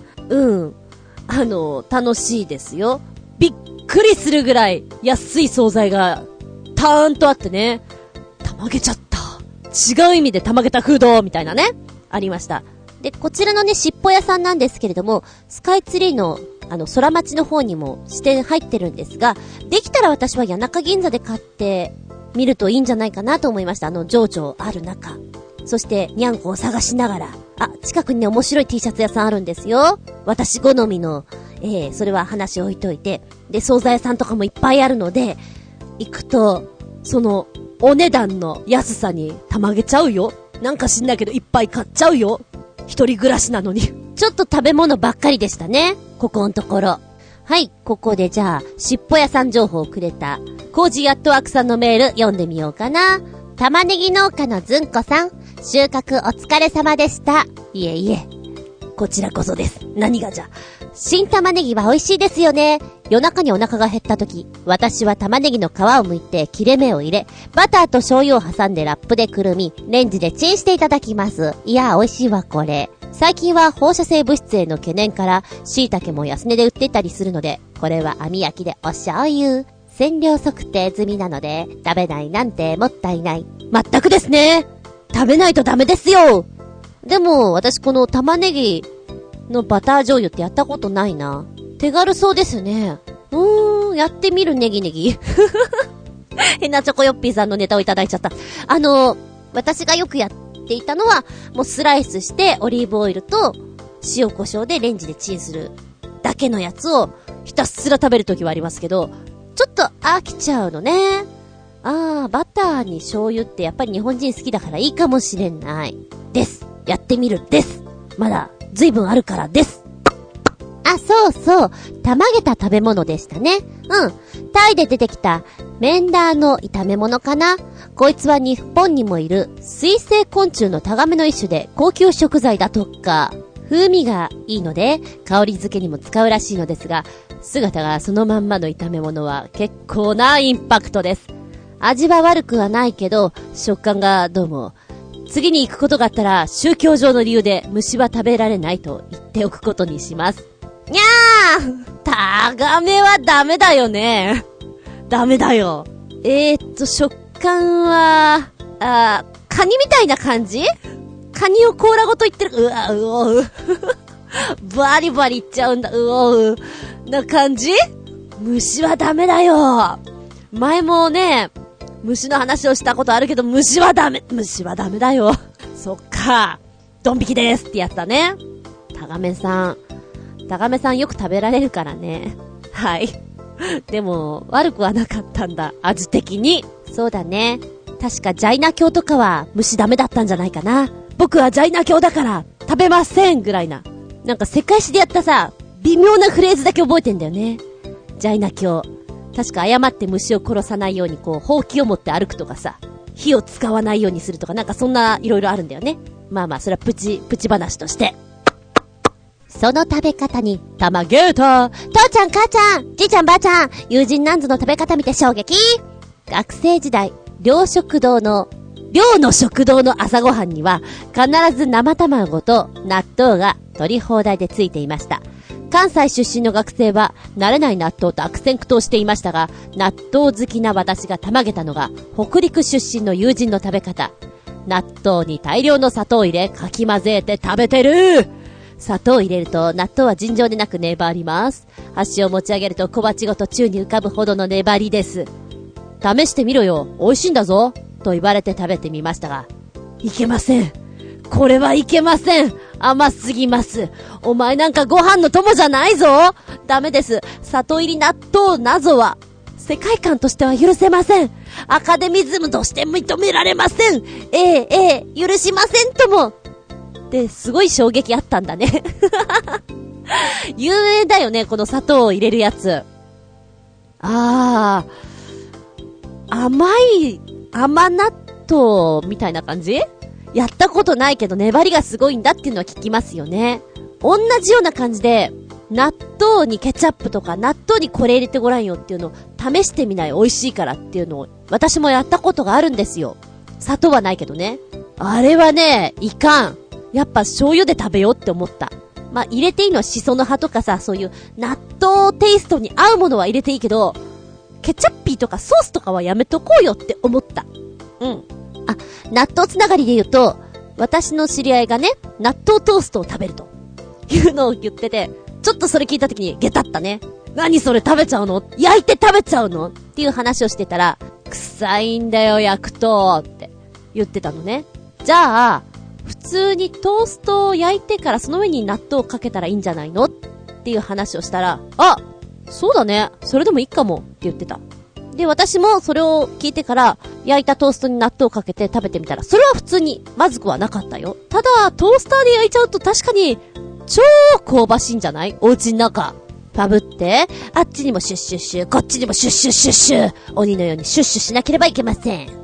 楽しいですよ。びっくりするぐらい安い惣菜がたーんとあってね、たまげちゃった、違う意味でたまげたフードみたいなね、ありました。で、こちらのね、しっぽ屋さんなんですけれども、スカイツリーの空町の方にも支店入ってるんですが、できたら私は谷中銀座で買ってみるといいんじゃないかなと思いました。情緒ある中。そしてにゃんこを探しながら、近くにね面白い T シャツ屋さんあるんですよ。私好みの、それは話置いといて、で惣菜屋さんとかもいっぱいあるので、行くとそのお値段の安さにたまげちゃうよ。なんか知んないけどいっぱい買っちゃうよ。一人暮らしなのにちょっと食べ物ばっかりでしたね、ここのところ。はい、ここでじゃあしっぽ屋さん情報をくれたコージーアットワークさんのメール読んでみようかな。玉ねぎ農家のずんこさん、収穫お疲れ様でした。いえいえ、こちらこそです。何がじゃ。新玉ねぎは美味しいですよね。夜中にお腹が減った時、私は玉ねぎの皮を剥いて切れ目を入れ、バターと醤油を挟んでラップでくるみ、レンジでチンしていただきます。いや、美味しいわこれ。最近は放射性物質への懸念から椎茸も安値で売ってたりするので、これは網焼きでお醤油、染料測定済みなので食べないなんてもったいない。全くですね。食べないとダメですよ。でも私この玉ねぎのバター醤油ってやったことないな。手軽そうですね。やってみるネギネギ変なチョコヨッピーさんのネタをいただいちゃった。私がよくやっていたのは、もうスライスしてオリーブオイルと塩コショウでレンジでチンするだけのやつをひたすら食べるときはありますけど、ちょっと飽きちゃうのね。バターに醤油ってやっぱり日本人好きだからいいかもしれないです。やってみるです。まだ随分あるからです。そうそう、たまげた食べ物でしたね。タイで出てきたメンダーの炒め物かな。こいつは日本にもいる水生昆虫のタガメの一種で高級食材だとか。風味がいいので香り付けにも使うらしいのですが、姿がそのまんまの炒め物は結構なインパクトです。味は悪くはないけど食感がどうも次に行くことがあったら、宗教上の理由で虫は食べられないと言っておくことにします。にゃー、タガメはダメだよね。ダメだよ。食感は、カニみたいな感じ？カニを甲羅ごといってる、バリバリいっちゃうんだ、な感じ？虫はダメだよ。前もね、虫の話をしたことあるけど、虫はダメだよ。そっか。ドン引きですってやつだね。タガメさんよく食べられるからね。はい。でも、悪くはなかったんだ。味的に。そうだね。確かジャイナ教とかは虫ダメだったんじゃないかな。僕はジャイナ教だから食べませんぐらいな。なんか世界史でやったさ、微妙なフレーズだけ覚えてんだよね。ジャイナ教。確か誤って虫を殺さないようにほうきを持って歩くとかさ、火を使わないようにするとか、なんかそんな色々あるんだよね。まあまあ、それはプチ話として。 その食べ方に、たまげーた。父ちゃん母ちゃん、じいちゃんばあちゃん、友人なんぞの食べ方見て衝撃。学生時代、寮の食堂の朝ごはんには、必ず生卵と納豆が取り放題でついていました。関西出身の学生は慣れない納豆と悪戦苦闘していましたが、納豆好きな私がたまげたのが北陸出身の友人の食べ方。納豆に大量の砂糖を入れかき混ぜて食べてる。砂糖を入れると納豆は尋常でなく粘ります。箸を持ち上げると小鉢ごと宙に浮かぶほどの粘りです。試してみろよ、美味しいんだぞと言われて食べてみましたが、いけません。これはいけません。甘すぎます。お前なんかご飯の友じゃないぞ。ダメです。砂糖入り納豆謎は世界観としては許せません。アカデミズムとして認められません。許しませんとも。で、すごい衝撃あったんだね。有名だよね、この砂糖を入れるやつ。甘納豆みたいな感じ？やったことないけど粘りがすごいんだっていうのは聞きますよね。同じような感じで、納豆にケチャップとか納豆にこれ入れてごらんよっていうのを試してみない。美味しいからっていうのを私もやったことがあるんですよ。砂糖はないけどね。あれはね、いかん。やっぱ醤油で食べようって思った。まあ、入れていいのはシソの葉とかさ、そういう納豆テイストに合うものは入れていいけど、ケチャッピーとかソースとかはやめとこうよって思った。納豆つながりで言うと、私の知り合いがね、納豆トーストを食べるというのを言ってて、ちょっとそれ聞いた時にゲタったね。何それ食べちゃうの？焼いて食べちゃうの？っていう話をしてたら、臭いんだよ焼くとって言ってたのね。じゃあ普通にトーストを焼いてからその上に納豆をかけたらいいんじゃないのっていう話をしたら、そうだね、それでもいいかもって言ってた。で、私もそれを聞いてから焼いたトーストに納豆をかけて食べてみたら、それは普通にまずくはなかったよ。ただトースターで焼いちゃうと確かに超香ばしいんじゃない？お家の中パブってあっちにもシュッシュッシュ、こっちにもシュッシュッシュッシュ、鬼のようにシュッシュしなければいけません。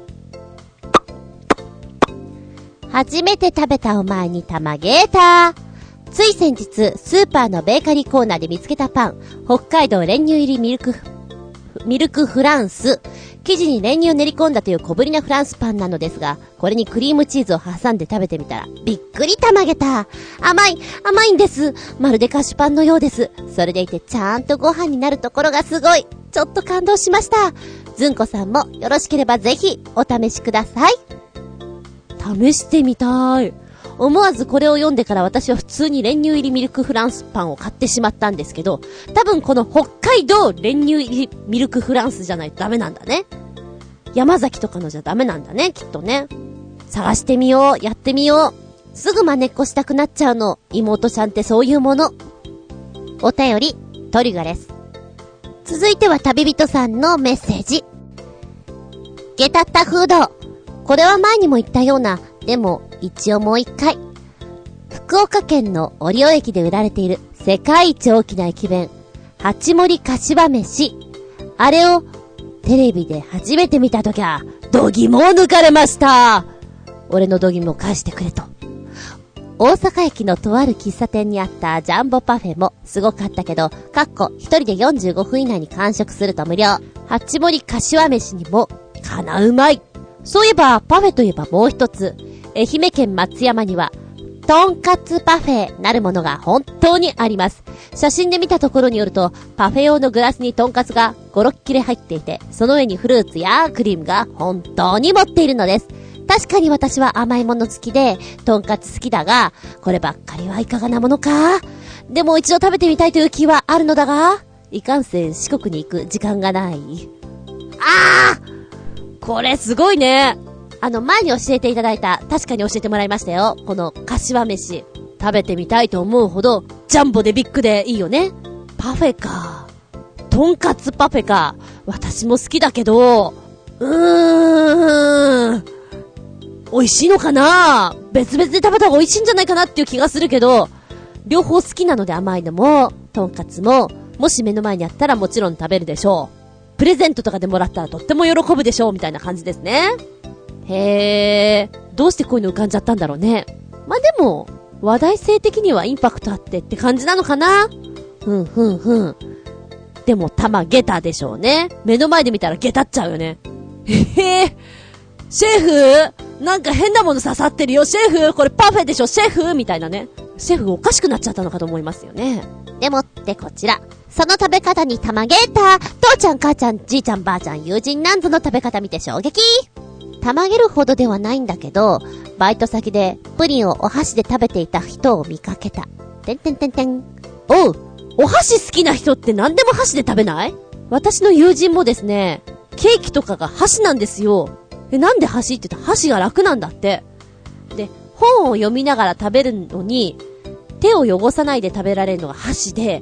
初めて食べたお前にたまげーた。つい先日スーパーのベーカリーコーナーで見つけたパン、北海道練乳入りミルクフランス。生地に練乳を練り込んだという小ぶりなフランスパンなのですが、これにクリームチーズを挟んで食べてみたらびっくりたまげた。甘いんです。まるで菓子パンのようです。それでいてちゃんとご飯になるところがすごい。ちょっと感動しました。ずんこさんもよろしければぜひお試しください。試してみたい。思わずこれを読んでから私は普通に練乳入りミルクフランスパンを買ってしまったんですけど、多分この北海道練乳入りミルクフランスじゃないとダメなんだね。山崎とかのじゃダメなんだね、きっとね。探してみよう、やってみよう。すぐ真似っこしたくなっちゃうの。妹ちゃんってそういうもの。お便りトリガです。続いては旅人さんのメッセージ。ゲタッタフード。これは前にも言ったような、でも一応もう一回。福岡県の折尾駅で売られている世界一大きな駅弁、八盛柏飯。あれをテレビで初めて見たときは度肝を抜かれました。俺の度肝を返してくれと。大阪駅のとある喫茶店にあったジャンボパフェもすごかったけど、一人で45分以内に完食すると無料。八盛柏飯にもかなうまい。そういえばパフェといえばもう一つ、 愛媛県松山には、とんかつパフェなるものが本当にあります。写真で見たところによると、パフェ用のグラスにとんかつが5、6切れ入っていて、その上にフルーツやクリームが本当に盛っているのです。確かに私は甘いもの好きで、とんかつ好きだが、こればっかりはいかがなものか。でも一度食べてみたいという気はあるのだが、いかんせん四国に行く時間がない。これすごいね。前に教えていただいた、確かに教えてもらいましたよ。この柏飯。食べてみたいと思うほど、ジャンボでビッグでいいよね。パフェか。とんかつパフェか。私も好きだけど、美味しいのかな？別々で食べた方が美味しいんじゃないかなっていう気がするけど、両方好きなので甘いのも、とんかつも、もし目の前にあったらもちろん食べるでしょう。プレゼントとかでもらったらとっても喜ぶでしょうみたいな感じですね。へー、どうしてこういうの浮かんじゃったんだろうね。まあ、でも、話題性的にはインパクトあってって感じなのかな。でも、ゲタでしょうね。目の前で見たらゲタっちゃうよね。シェフなんか変なもの刺さってるよ。シェフこれパフェでしょシェフみたいなね。シェフおかしくなっちゃったのかと思いますよね。 でもってこちら。その食べ方にたまげた。父ちゃん母ちゃんじいちゃんばあちゃん友人なんぞの食べ方見て衝撃。たまげるほどではないんだけど、バイト先でプリンをお箸で食べていた人を見かけた。 おう、お箸好きな人って何でも箸で食べない？私の友人もですね、ケーキとかが箸なんですよ。なんで箸って言ったら箸が楽なんだって。で、本を読みながら食べるのに、手を汚さないで食べられるのが箸で、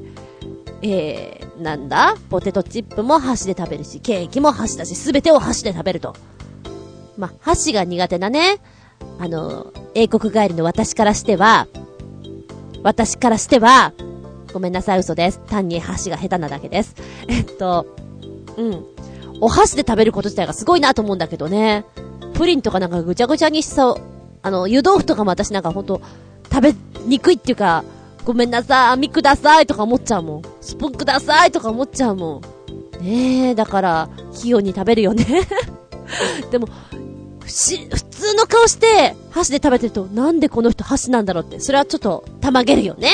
ポテトチップも箸で食べるし、ケーキも箸だし、すべてを箸で食べると。箸が苦手なね、英国帰りの私からしては、ごめんなさい、嘘です。単に箸が下手なだけです。お箸で食べること自体がすごいなと思うんだけどね。プリンとかなんかぐちゃぐちゃにしそう。湯豆腐とかも私なんかほんと、食べにくいっていうか、ごめんなさい、網くださいとか思っちゃうもん。スプーンくださいとか思っちゃうもん。ねえ、だから、器用に食べるよね。でも、普通の顔して、箸で食べてると、なんでこの人箸なんだろうって、それはちょっと、たまげるよね。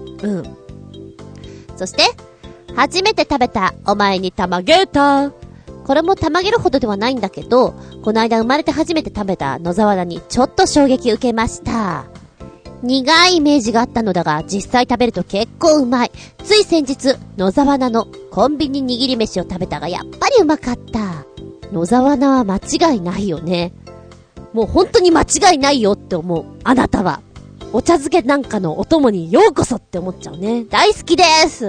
そして、初めて食べた、お前にたまげた。これもたまげるほどではないんだけど、この間生まれて初めて食べた野沢菜にちょっと衝撃受けました。苦いイメージがあったのだが、実際食べると結構うまい。つい先日、野沢菜のコンビニ握り飯を食べたが、やっぱりうまかった。野沢菜は間違いないよね。もう本当に間違いないよって思う。あなたは。お茶漬けなんかのお供にようこそって思っちゃうね。大好きです。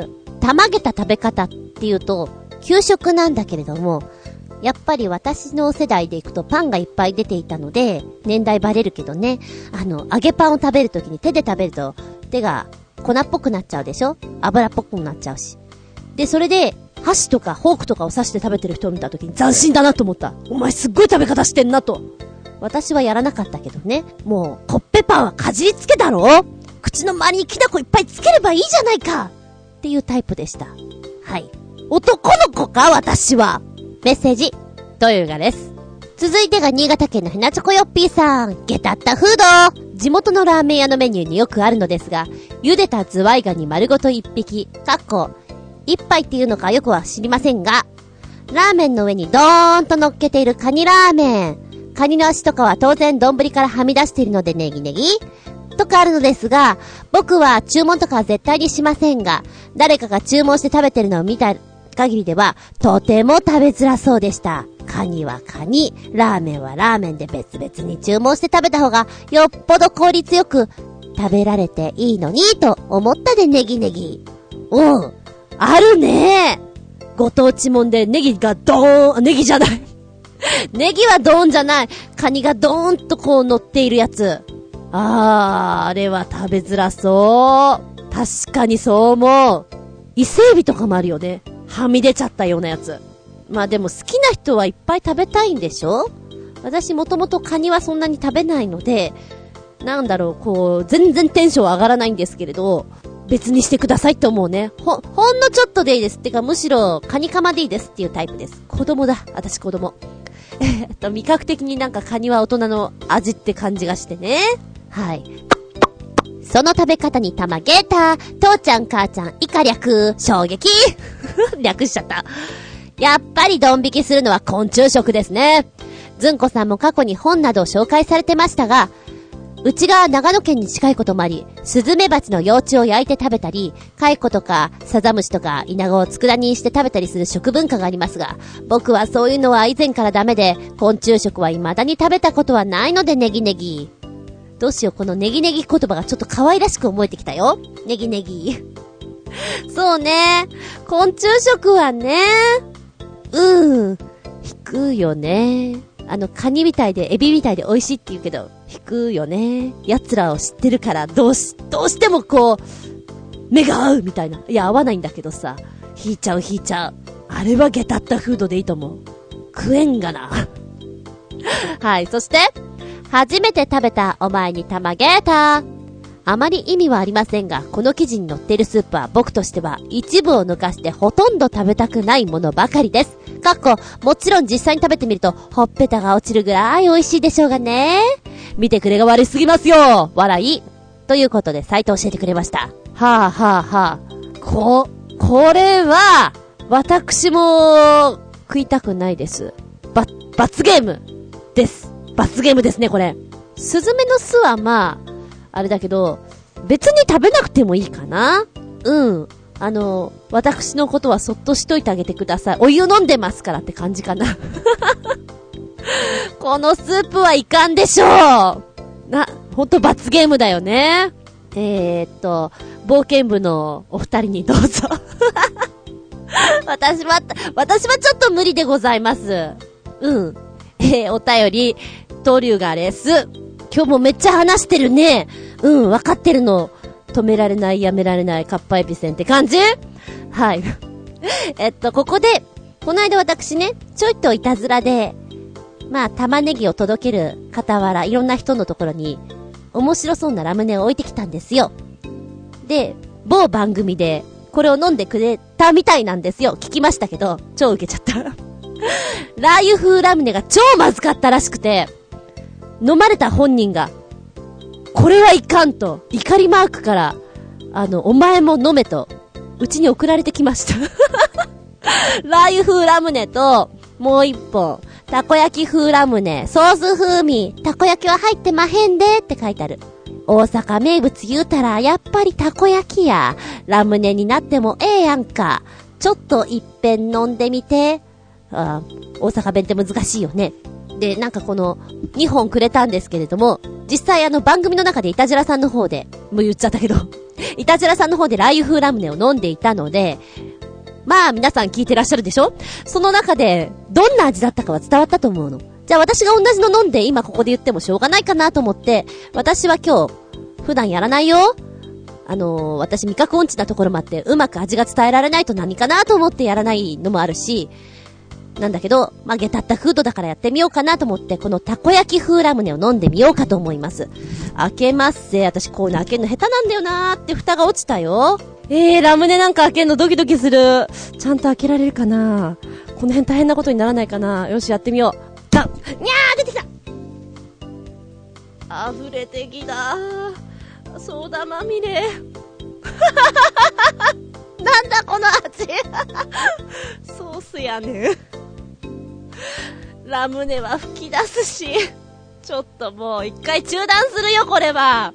たまげた食べ方っていうと、給食なんだけれども、やっぱり私の世代でいくとパンがいっぱい出ていたので、年代バレるけどね、揚げパンを食べるときに手で食べると手が粉っぽくなっちゃうでしょ？油っぽくなっちゃうし。で、それで箸とかフォークとかを刺して食べてる人を見たときに斬新だなと思った。お前すっごい食べ方してんなと。私はやらなかったけどね。もうコッペパンはかじりつけだろ？口の周りにきな粉いっぱいつければいいじゃないかっていうタイプでした。はい。男の子か私は。メッセージというがです。続いてが新潟県のひなちょこよっぴーさん。ゲタったフード。地元のラーメン屋のメニューによくあるのですが、茹でたズワイガニ丸ごと一匹、一杯っていうのかよくは知りませんが、ラーメンの上にドーンと乗っけているカニラーメン。カニの足とかは当然丼からはみ出しているのでネギネギとかあるのですが、僕は注文とかは絶対にしませんが、誰かが注文して食べてるのを見た限りではとても食べづらそうでした。カニはカニ、ラーメンはラーメンで別々に注文して食べた方がよっぽど効率よく食べられていいのにと思ったでネギネギ。あるね。ご当地もんでネギがドーン、ネギじゃないネギはドーンじゃない、カニがドーンとこう乗っているやつ。あれは食べづらそう。確かにそう思う。伊勢海老とかもあるよね。はみ出ちゃったようなやつ。まあでも好きな人はいっぱい食べたいんでしょ？私もともとカニはそんなに食べないので、全然テンション上がらないんですけれど、別にしてくださいって思うね。ほんのちょっとでいいです。ってかむしろカニカマでいいですっていうタイプです。子供だ。私子供。 味覚的になんかカニは大人の味って感じがしてね。はい。 その食べ方にたまげーた。父ちゃん母ちゃん以下略。衝撃略しちゃった。 やっぱりドン引きするのは昆虫食ですね。ずんこさんも過去に本などを紹介されてましたが、うちが長野県に近いこともあり、スズメバチの幼虫を焼いて食べたり、カイコとかサザムシとかイナゴを佃煮にして食べたりする食文化がありますが、僕はそういうのは以前からダメで、昆虫食は未だに食べたことはないのでネギネギ。どうしよう、このネギネギ言葉がちょっと可愛らしく思えてきたよ。ネギネギ。 そうね。昆虫食はね。引くよね。カニみたいでエビみたいで美味しいって言うけど、引くよね。奴らを知ってるからどうしてもこう、目が合うみたいな。いや、合わないんだけどさ。引いちゃう。あれはゲタったフードでいいと思う。食えんがな。はい、そして、 初めて食べたお前にたまげーた。あまり意味はありませんが、この記事に載っているスープは僕としては一部を抜かしてほとんど食べたくないものばかりです。もちろん実際に食べてみるとほっぺたが落ちるぐらい美味しいでしょうがね。 見てくれが悪すぎますよ。笑い。 ということでサイト教えてくれました。 これは私も食いたくないです。罰ゲームです。罰ゲームですね、これ。スズメの巣はまああれだけど、別に食べなくてもいいかな。私のことはそっとしといてあげてください。お湯飲んでますからって感じかな。このスープはいかんでしょう。ほんと罰ゲームだよね。冒険部のお二人にどうぞ。私はちょっと無理でございます。お便り、トリュガレス。今日もめっちゃ話してるね。わかってるの。止められない、やめられない、カッパエビセンって感じ？はい。ここで、この間私ね、ちょいといたずらで、玉ねぎを届ける傍ら、いろんな人のところに、面白そうなラムネを置いてきたんですよ。で、某番組で、これを飲んでくれたみたいなんですよ。聞きましたけど、超ウケちゃった。ラー油風ラムネが超まずかったらしくて、飲まれた本人が、これはいかんと、怒りマークから、お前も飲めと、うちに送られてきました。ラー油風ラムネと、もう一本、たこ焼き風ラムネ、ソース風味、たこ焼きは入ってまへんでって書いてある。大阪名物言うたら、やっぱりたこ焼きや、ラムネになってもええやんか。ちょっと一遍飲んでみて。大阪弁って難しいよね。で、なんかこの2本くれたんですけれども、実際番組の中でイタジラさんの方で、もう言っちゃったけど、イタジラさんの方でラー油風ラムネを飲んでいたので、皆さん聞いてらっしゃるでしょ？その中で、どんな味だったかは伝わったと思うの。じゃあ私が同じの飲んで今ここで言ってもしょうがないかなと思って、私は今日、普段やらないよ。私味覚音痴なところもあって、うまく味が伝えられないと何かなと思ってやらないのもあるし、なんだけど、ゲタったフードだからやってみようかなと思って、このたこ焼き風ラムネを飲んでみようかと思います。開けますぜ。私こういうの開けるの下手なんだよなーって蓋が落ちたよ。ラムネなんか開けるのドキドキする。ちゃんと開けられるかな？この辺大変なことにならないかな？よし、やってみよう。にゃー出てきた！溢れてきた。ソーダまみれ。なんだこの味。ソースやねん。ラムネは吹き出すし、ちょっともう一回中断するよ、これは。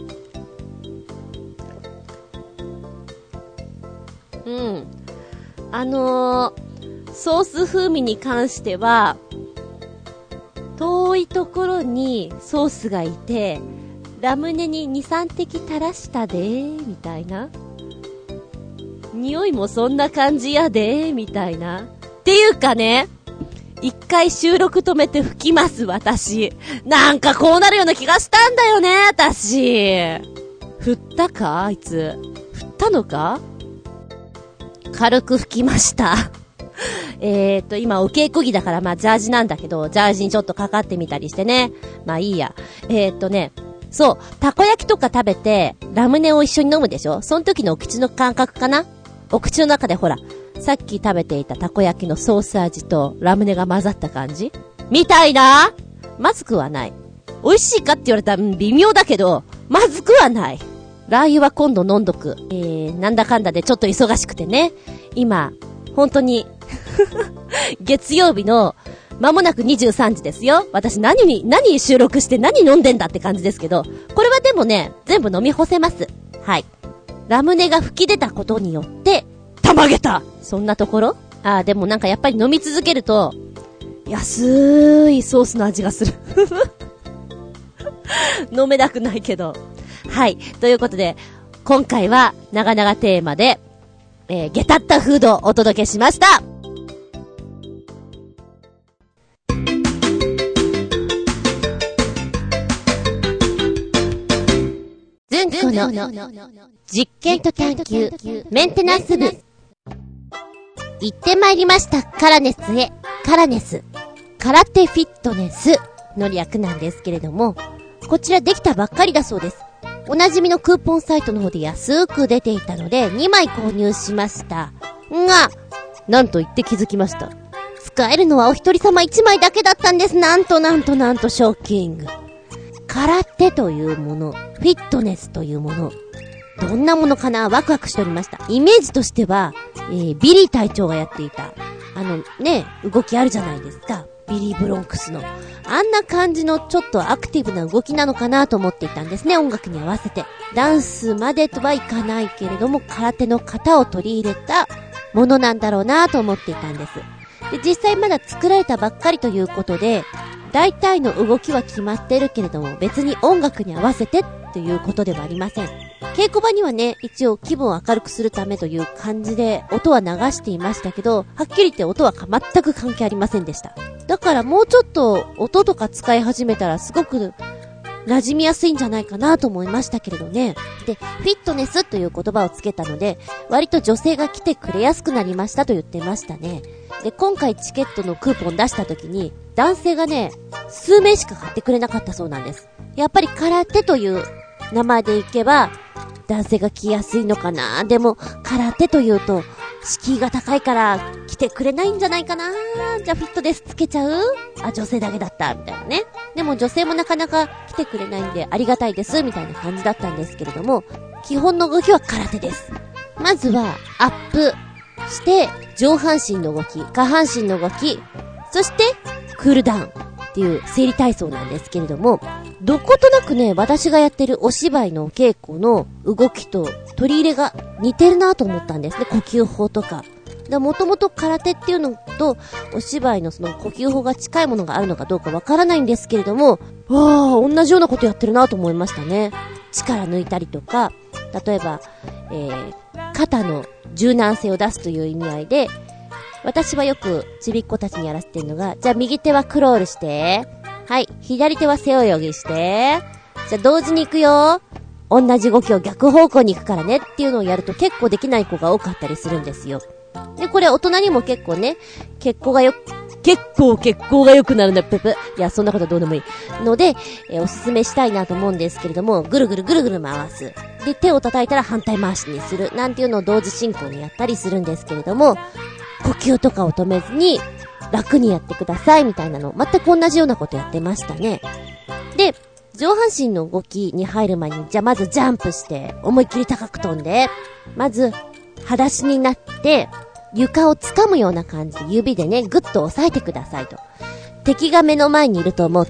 ソース風味に関しては、遠いところにソースがいて、ラムネに 2,3 滴垂らしたでみたいな。匂いもそんな感じやでみたいな。っていうかね、一回収録止めて吹きます、私。なんかこうなるような気がしたんだよね、私。振ったか？あいつ。振ったのか？軽く吹きました。今お稽古着だからジャージなんだけど、ジャージにちょっとかかってみたりしてね。いいや。そう、たこ焼きとか食べて、ラムネを一緒に飲むでしょ？その時のお口の感覚かな？お口の中でほら、さっき食べていたたこ焼きのソース味とラムネが混ざった感じ？ みたいな。まずくはない。美味しいかって言われたら微妙だけど、まずくはない。ラー油は今度飲んどく。なんだかんだでちょっと忙しくてね。今、本当に、月曜日の間もなく23時ですよ。私何収録して何飲んでんだって感じですけど、これはでもね、全部飲み干せます。はい。ラムネが吹き出たことによって、たまげた！そんなところ？でもなんかやっぱり飲み続けると、安いソースの味がする。飲めなくないけど。はい。ということで、今回は長々テーマで、ゲタッタフードをお届けしました。 ずんこの実験と探求メンテナンス部。行ってまいりました。カラネスへ。カラネス。空手フィットネスの略なんですけれども、こちらできたばっかりだそうです。おなじみのクーポンサイトの方で安く出ていたので2枚購入しました。が、なんと言って気づきました。使えるのはお一人様1枚だけだったんです。なんとショッキング。空手というもの、フィットネスというもの、どんなものかな、ワクワクしておりました。イメージとしては、ビリー隊長がやっていた動きあるじゃないですか。ビリー・ブロンクスのあんな感じのちょっとアクティブな動きなのかなと思っていたんですね。音楽に合わせてダンスまでとはいかないけれども、空手の型を取り入れたものなんだろうなと思っていたんです。で、実際まだ作られたばっかりということで、大体の動きは決まってるけれども、別に音楽に合わせてっていうことではありません。稽古場にはね、一応気分を明るくするためという感じで音は流していましたけど、はっきり言って音は全く関係ありませんでした。だからもうちょっと音とか使い始めたらすごく馴染みやすいんじゃないかなと思いましたけれどね。で、フィットネスという言葉をつけたので、割と女性が来てくれやすくなりましたと言ってましたね。で、今回チケットのクーポン出した時に、男性がね、数名しか買ってくれなかったそうなんです。やっぱり空手という名前でいけば、男性が来やすいのかな。でも、空手というと、敷居が高いから来てくれないんじゃないかな。じゃあフィットネスつけちゃう？女性だけだった、みたいなね。でも女性もなかなか来てくれないんでありがたいです、みたいな感じだったんですけれども、基本の動きは空手です。まずは、アップして、上半身の動き、下半身の動き、そして、クールダウンっていう生理体操なんですけれども、どことなくね、私がやってるお芝居の稽古の動きと取り入れが似てるなと思ったんですね。呼吸法とか。もともと空手っていうのとお芝居のその呼吸法が近いものがあるのかどうかわからないんですけれども、同じようなことやってるなと思いましたね。力抜いたりとか、例えば、肩の柔軟性を出すという意味合いで、私はよくちびっ子たちにやらせてるのが、じゃあ右手はクロールして、はい、左手は背泳ぎして、じゃあ同時に行くよ。同じ動きを逆方向に行くからねっていうのをやると結構できない子が多かったりするんですよ。で、これ大人にも結構ね、血行が良くなるんだ、ぷぷ。いや、そんなことどうでもいい。ので、おすすめしたいなと思うんですけれども、ぐるぐる回す。で、手を叩いたら反対回しにする。なんていうのを同時進行にやったりするんですけれども、呼吸とかを止めずに、楽にやってくださいみたいなの、全く同じようなことやってましたね。で、上半身の動きに入る前に、じゃあまずジャンプして、思いっきり高く飛んで、まず、裸足になって、床を掴むような感じで指でね、ぐっと押さえてくださいと。敵が目の前にいると思って、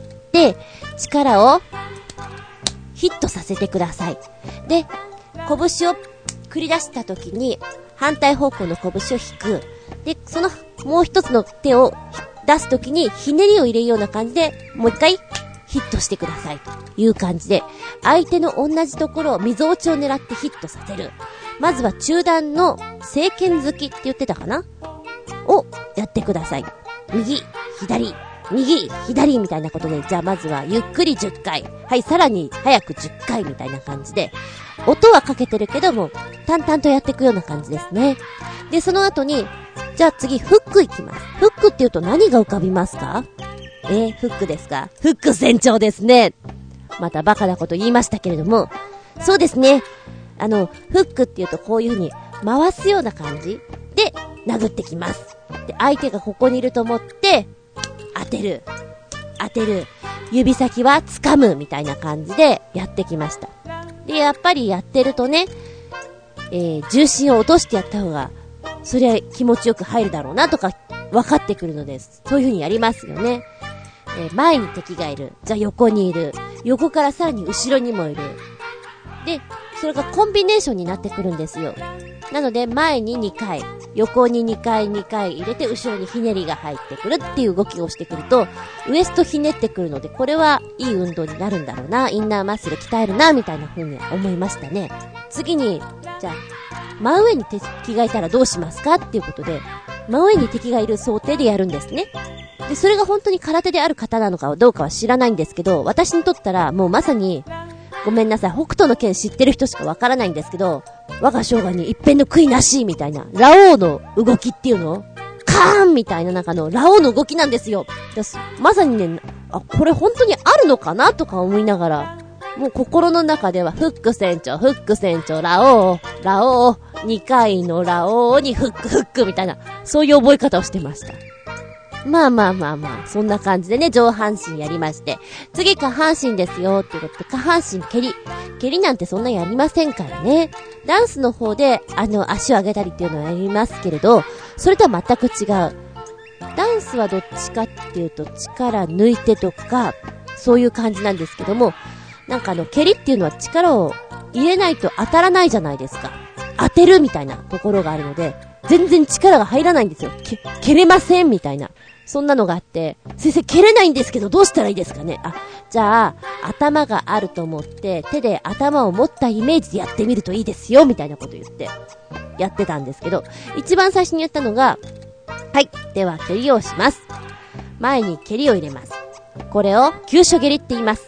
力をヒットさせてください。で、拳を繰り出した時に、反対方向の拳を引く。で、そのもう一つの手を出すときにひねりを入れるような感じでもう一回ヒットしてくださいという感じで、相手の同じところを溝落ちを狙ってヒットさせる。まずは中段の正拳突きって言ってたかなをやってください。右、左、右、左みたいなことで、じゃあまずはゆっくり10回。はい、さらに早く10回みたいな感じで、音はかけてるけども、淡々とやっていくような感じですね。で、その後に、じゃあ次、フックいきます。フックって言うと何が浮かびますか？フックですか？フック船長ですね。またバカなこと言いましたけれども、そうですね。フックって言うとこういう風に回すような感じで殴ってきます。で、相手がここにいると思って当てる。 当てる、指先は掴むみたいな感じでやってきました。で、やっぱりやってるとね、重心を落としてやった方が、そりゃ気持ちよく入るだろうなとか分かってくるのです。そういう風にやりますよね。前に敵がいる。じゃあ横にいる。横からさらに後ろにもいる。で、それがコンビネーションになってくるんですよ。なので、前に2回、横に2回入れて、後ろにひねりが入ってくるっていう動きをしてくると、ウエストひねってくるので、これはいい運動になるんだろうな、インナーマッスル鍛えるな、みたいな風に思いましたね。次に、じゃあ、真上に敵がいたらどうしますかっていうことで、真上に敵がいる想定でやるんですね。で、それが本当に空手である方なのかどうかは知らないんですけど、私にとったらもうまさに、ごめんなさい、北斗の拳知ってる人しかわからないんですけど、我が生涯に一片の悔いなしみたいな、ラオウの動きっていうのカーンみたいな中のラオウの動きなんですよ。まさにね、これ本当にあるのかなとか思いながら、もう心の中ではフック船長、ラオウ、2回のラオウにフックみたいな、そういう覚え方をしてました。まあ、そんな感じでね、上半身やりまして、次下半身ですよっていうことで、下半身蹴りなんてそんなやりませんからね。ダンスの方で足を上げたりっていうのはやりますけれど、それとは全く違う。ダンスはどっちかっていうと力抜いてとかそういう感じなんですけども、なんか蹴りっていうのは力を入れないと当たらないじゃないですか。当てるみたいなところがあるので、全然力が入らないんですよ。蹴れませんみたいな。そんなのがあって、先生蹴れないんですけどどうしたらいいですかね。じゃあ、頭があると思って、手で頭を持ったイメージでやってみるといいですよ、みたいなこと言って、やってたんですけど、一番最初にやったのが、はい、では蹴りをします。前に蹴りを入れます。これを、急所蹴りって言います。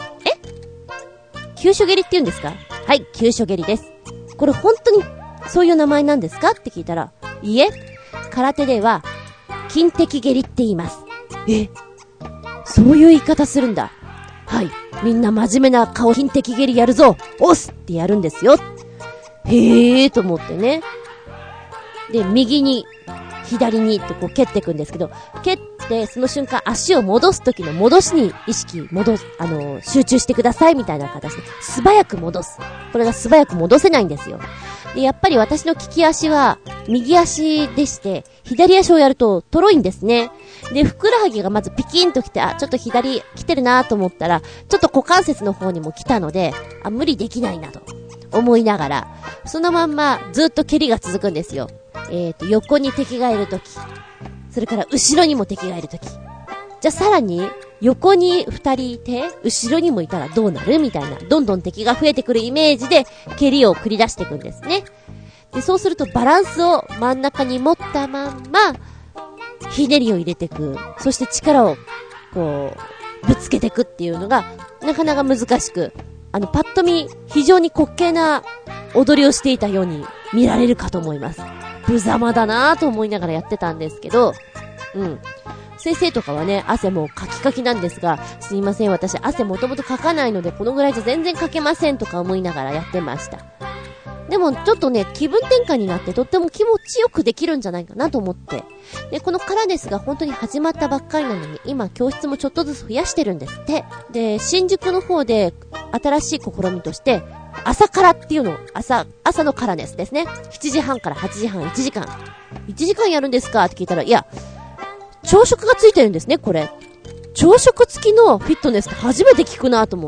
急所蹴りって言うんですか？はい、急所蹴りです。これ本当に、そういう名前なんですかって聞いたら、いいえ、空手では、金敵蹴りって言います。そういう言い方するんだ。はい。みんな真面目な顔金敵蹴りやるぞ。押すってやるんですよ。へーと思ってね。で、右に、左にってこう蹴っていくんですけど、蹴ってその瞬間足を戻す時の戻しに意識集中してくださいみたいな形で素早く戻す。これが素早く戻せないんですよ。で、やっぱり私の利き足は右足でして、左足をやるととろいんですね。で、ふくらはぎがまずピキンときて、ちょっと左来てるなと思ったら、ちょっと股関節の方にも来たので、無理できないなと思いながら、そのまんまずっと蹴りが続くんですよ。横に敵がいるとき、それから後ろにも敵がいるとき。じゃあさらに、横に2人いて、後ろにもいたらどうなるみたいな、どんどん敵が増えてくるイメージで、蹴りを繰り出していくんですね。で、そうするとバランスを真ん中に持ったまんま、ひねりを入れていく。そして力を、ぶつけていくっていうのが、なかなか難しく、パッと見、非常に滑稽な踊りをしていたように見られるかと思います。無様だなぁと思いながらやってたんですけど、先生とかはね、汗もカキカキなんですが、すいません、私汗もともとかかないので、このぐらいじゃ全然かけませんとか思いながらやってました。でもちょっとね、気分転換になってとっても気持ちよくできるんじゃないかなと思って。で、このカラデスが本当に始まったばっかりなのに、今教室もちょっとずつ増やしてるんですって。で、新宿の方で新しい試みとして、朝カラっていうのを、朝のカラデスですね。7時半から8時半、1時間。1時間やるんですかって聞いたら、いや、朝食がついてるんですね、これ。朝食付きのフィットネスって初めて聞くなと思って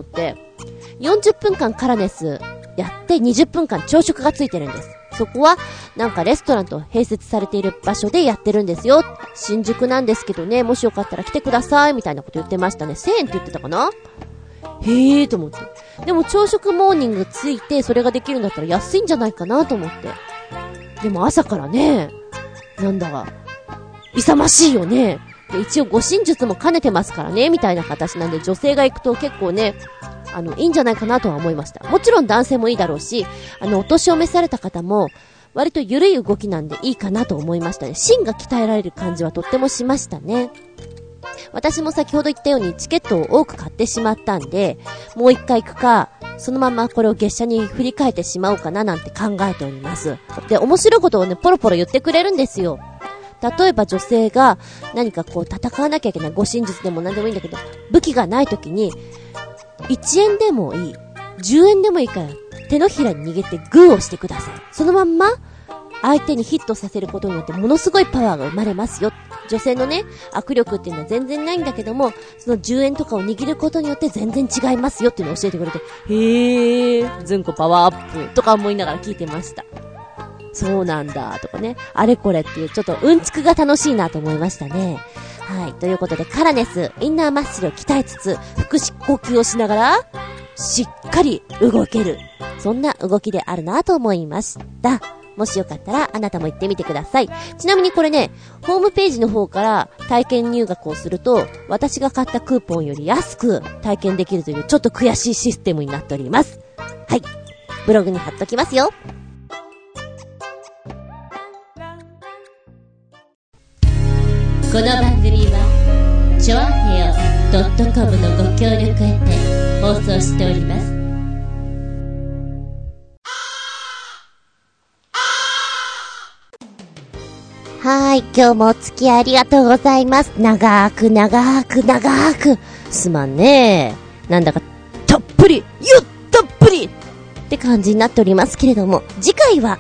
、40分間カラネスやって20分間朝食がついてるんです。そこはなんかレストランと併設されている場所でやってるんですよ。新宿なんですけどね、もしよかったら来てくださいみたいなこと言ってましたね。1000円って言ってたかな？へーと思って。でも朝食モーニングついてそれができるんだったら安いんじゃないかなと思って。でも朝からね、なんだか勇ましいよね。で、一応護身術も兼ねてますからね、みたいな形なんで、女性が行くと結構ね、いいんじゃないかなとは思いました。もちろん男性もいいだろうし、お年を召された方も、割と緩い動きなんでいいかなと思いましたね。芯が鍛えられる感じはとってもしましたね。私も先ほど言ったようにチケットを多く買ってしまったんで、もう一回行くか、そのままこれを月謝に振り替えてしまおうかななんて考えております。で、面白いことをね、ポロポロ言ってくれるんですよ。 例えば女性が何かこう戦わなきゃいけない、護身術でも何でもいいんだけど、武器がない時に、1円でもいい、10円でもいいから、手のひらに逃げてグーをしてください。そのまんま、相手にヒットさせることによってものすごいパワーが生まれますよ。女性のね、握力っていうのは全然ないんだけども、その10円とかを握ることによって全然違いますよっていうのを教えてくれて、へー、ずんこパワーアップとか思いながら聞いてました。そうなんだとかね、あれこれっていうちょっとうんちくが楽しいなと思いましたね。はい、ということでカラネス、インナーマッスルを鍛えつつ、腹式呼吸をしながら、しっかり動ける。そんな動きであるなと思いました。もしよかったらあなたも行ってみてください。ちなみにこれね、ホームページの方から体験入学をすると、私が買ったクーポンより安く体験できるというちょっと悔しいシステムになっております。はい。ブログに貼っときますよ。この番組はちょあへよ .com のご協力へて放送しております。 はい、今日もお付き合いありがとうございます。長く長く長く。 すまんねー。なんだかたっぷり、たっぷりって感じになっておりますけれども、次回は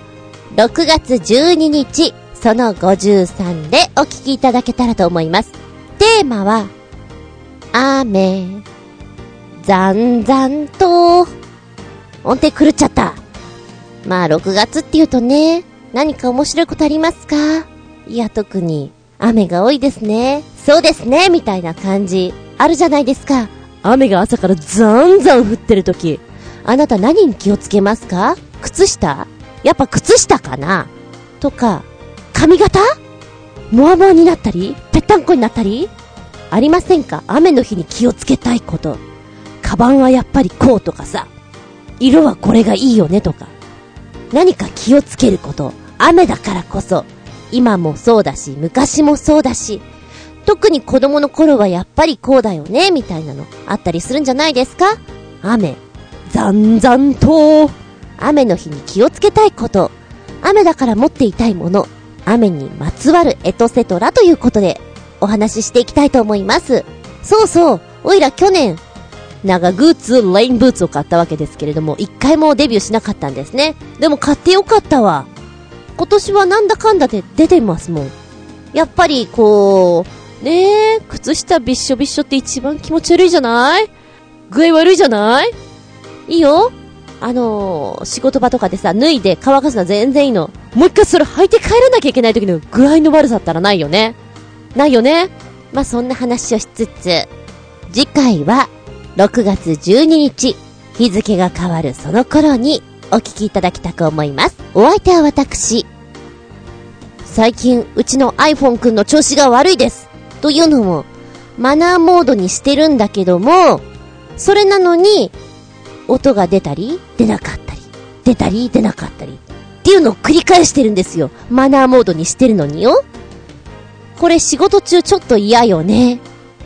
6月12日、その53でお聞きいただけたらと思います。テーマは、雨、ざんざんと、音程狂っちゃった。まあ6月って言うとね、何か面白いことありますか？いや、特に雨が多いですね。そうですねみたいな感じあるじゃないですか。 雨が朝からざんざん降ってるとき、 あなた何に気をつけますか？靴下？やっぱ靴下かな？とか、髪型？モワモワになったりぺったんこになったりありませんか？雨の日に気をつけたいこと。カバンはやっぱりこうとかさ、色はこれがいいよねとか、何か気をつけること。雨だからこそ、今もそうだし昔もそうだし、特に子供の頃はやっぱりこうだよねみたいなのあったりするんじゃないですか？雨、ざんざんと、雨の日に気をつけたいこと、雨だから持っていたいもの、雨にまつわるエトセトラということでお話ししていきたいと思います。そうそう、おいら去年長グーツレインブーツを買ったわけですけれども、一回もデビューしなかったんですね。でも買ってよかったわ。今年はなんだかんだで出てますもん。やっぱりこうねえ、靴下びっしょびっしょって一番気持ち悪いじゃない？具合悪いじゃない？いいよ、仕事場とかでさ、脱いで乾かすのは全然いいの。もう一回それ履いて帰らなきゃいけない時の具合の悪さったらないよね。ないよね。まあ、そんな話をしつつ、次回は6月12日、日付が変わるその頃にお聞きいただきたく思います。お相手は私。最近うちの iPhone くんの調子が悪いです。というのも、マナーモードにしてるんだけども、それなのに、音が出たり、出なかったり、出たり、出なかったり、っていうのを繰り返してるんですよ。マナーモードにしてるのによ。これ仕事中ちょっと嫌よね。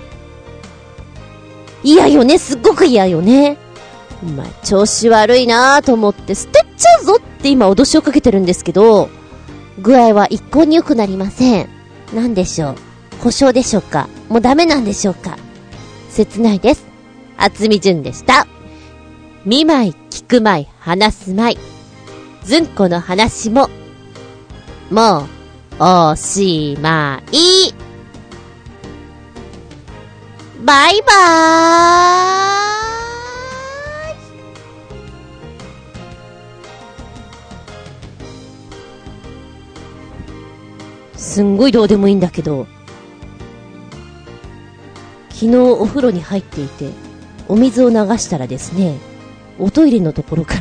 嫌よね、すっごく嫌よね。お前調子悪いなぁと思って捨てちゃうぞって今脅しをかけてるんですけど、具合は一向に良くなりません。なんでしょう、故障でしょうか、もうダメなんでしょうか。切ないです。厚み純でした。見舞い聞く舞い話す舞い、ずんこの話ももうおしまい。バイバーイ。すんごいどうでもいいんだけど、昨日お風呂に入っていてお水を流したらですね、おトイレのところ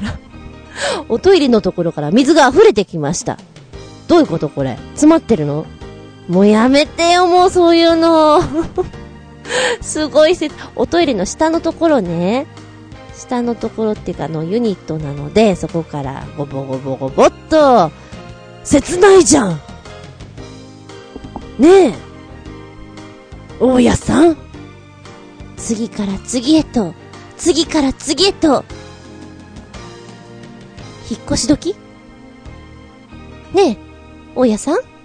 から水が溢れてきました。どういうことこれ、詰まってるの？もうやめてよ、もうそういうのすごいおトイレの下のところね、下のところっていうかユニットなので、そこからゴボゴボゴボっと、切ないじゃんねえ大家さん。次から次へと、次から次へと、引っ越し時？ねえ大家さん。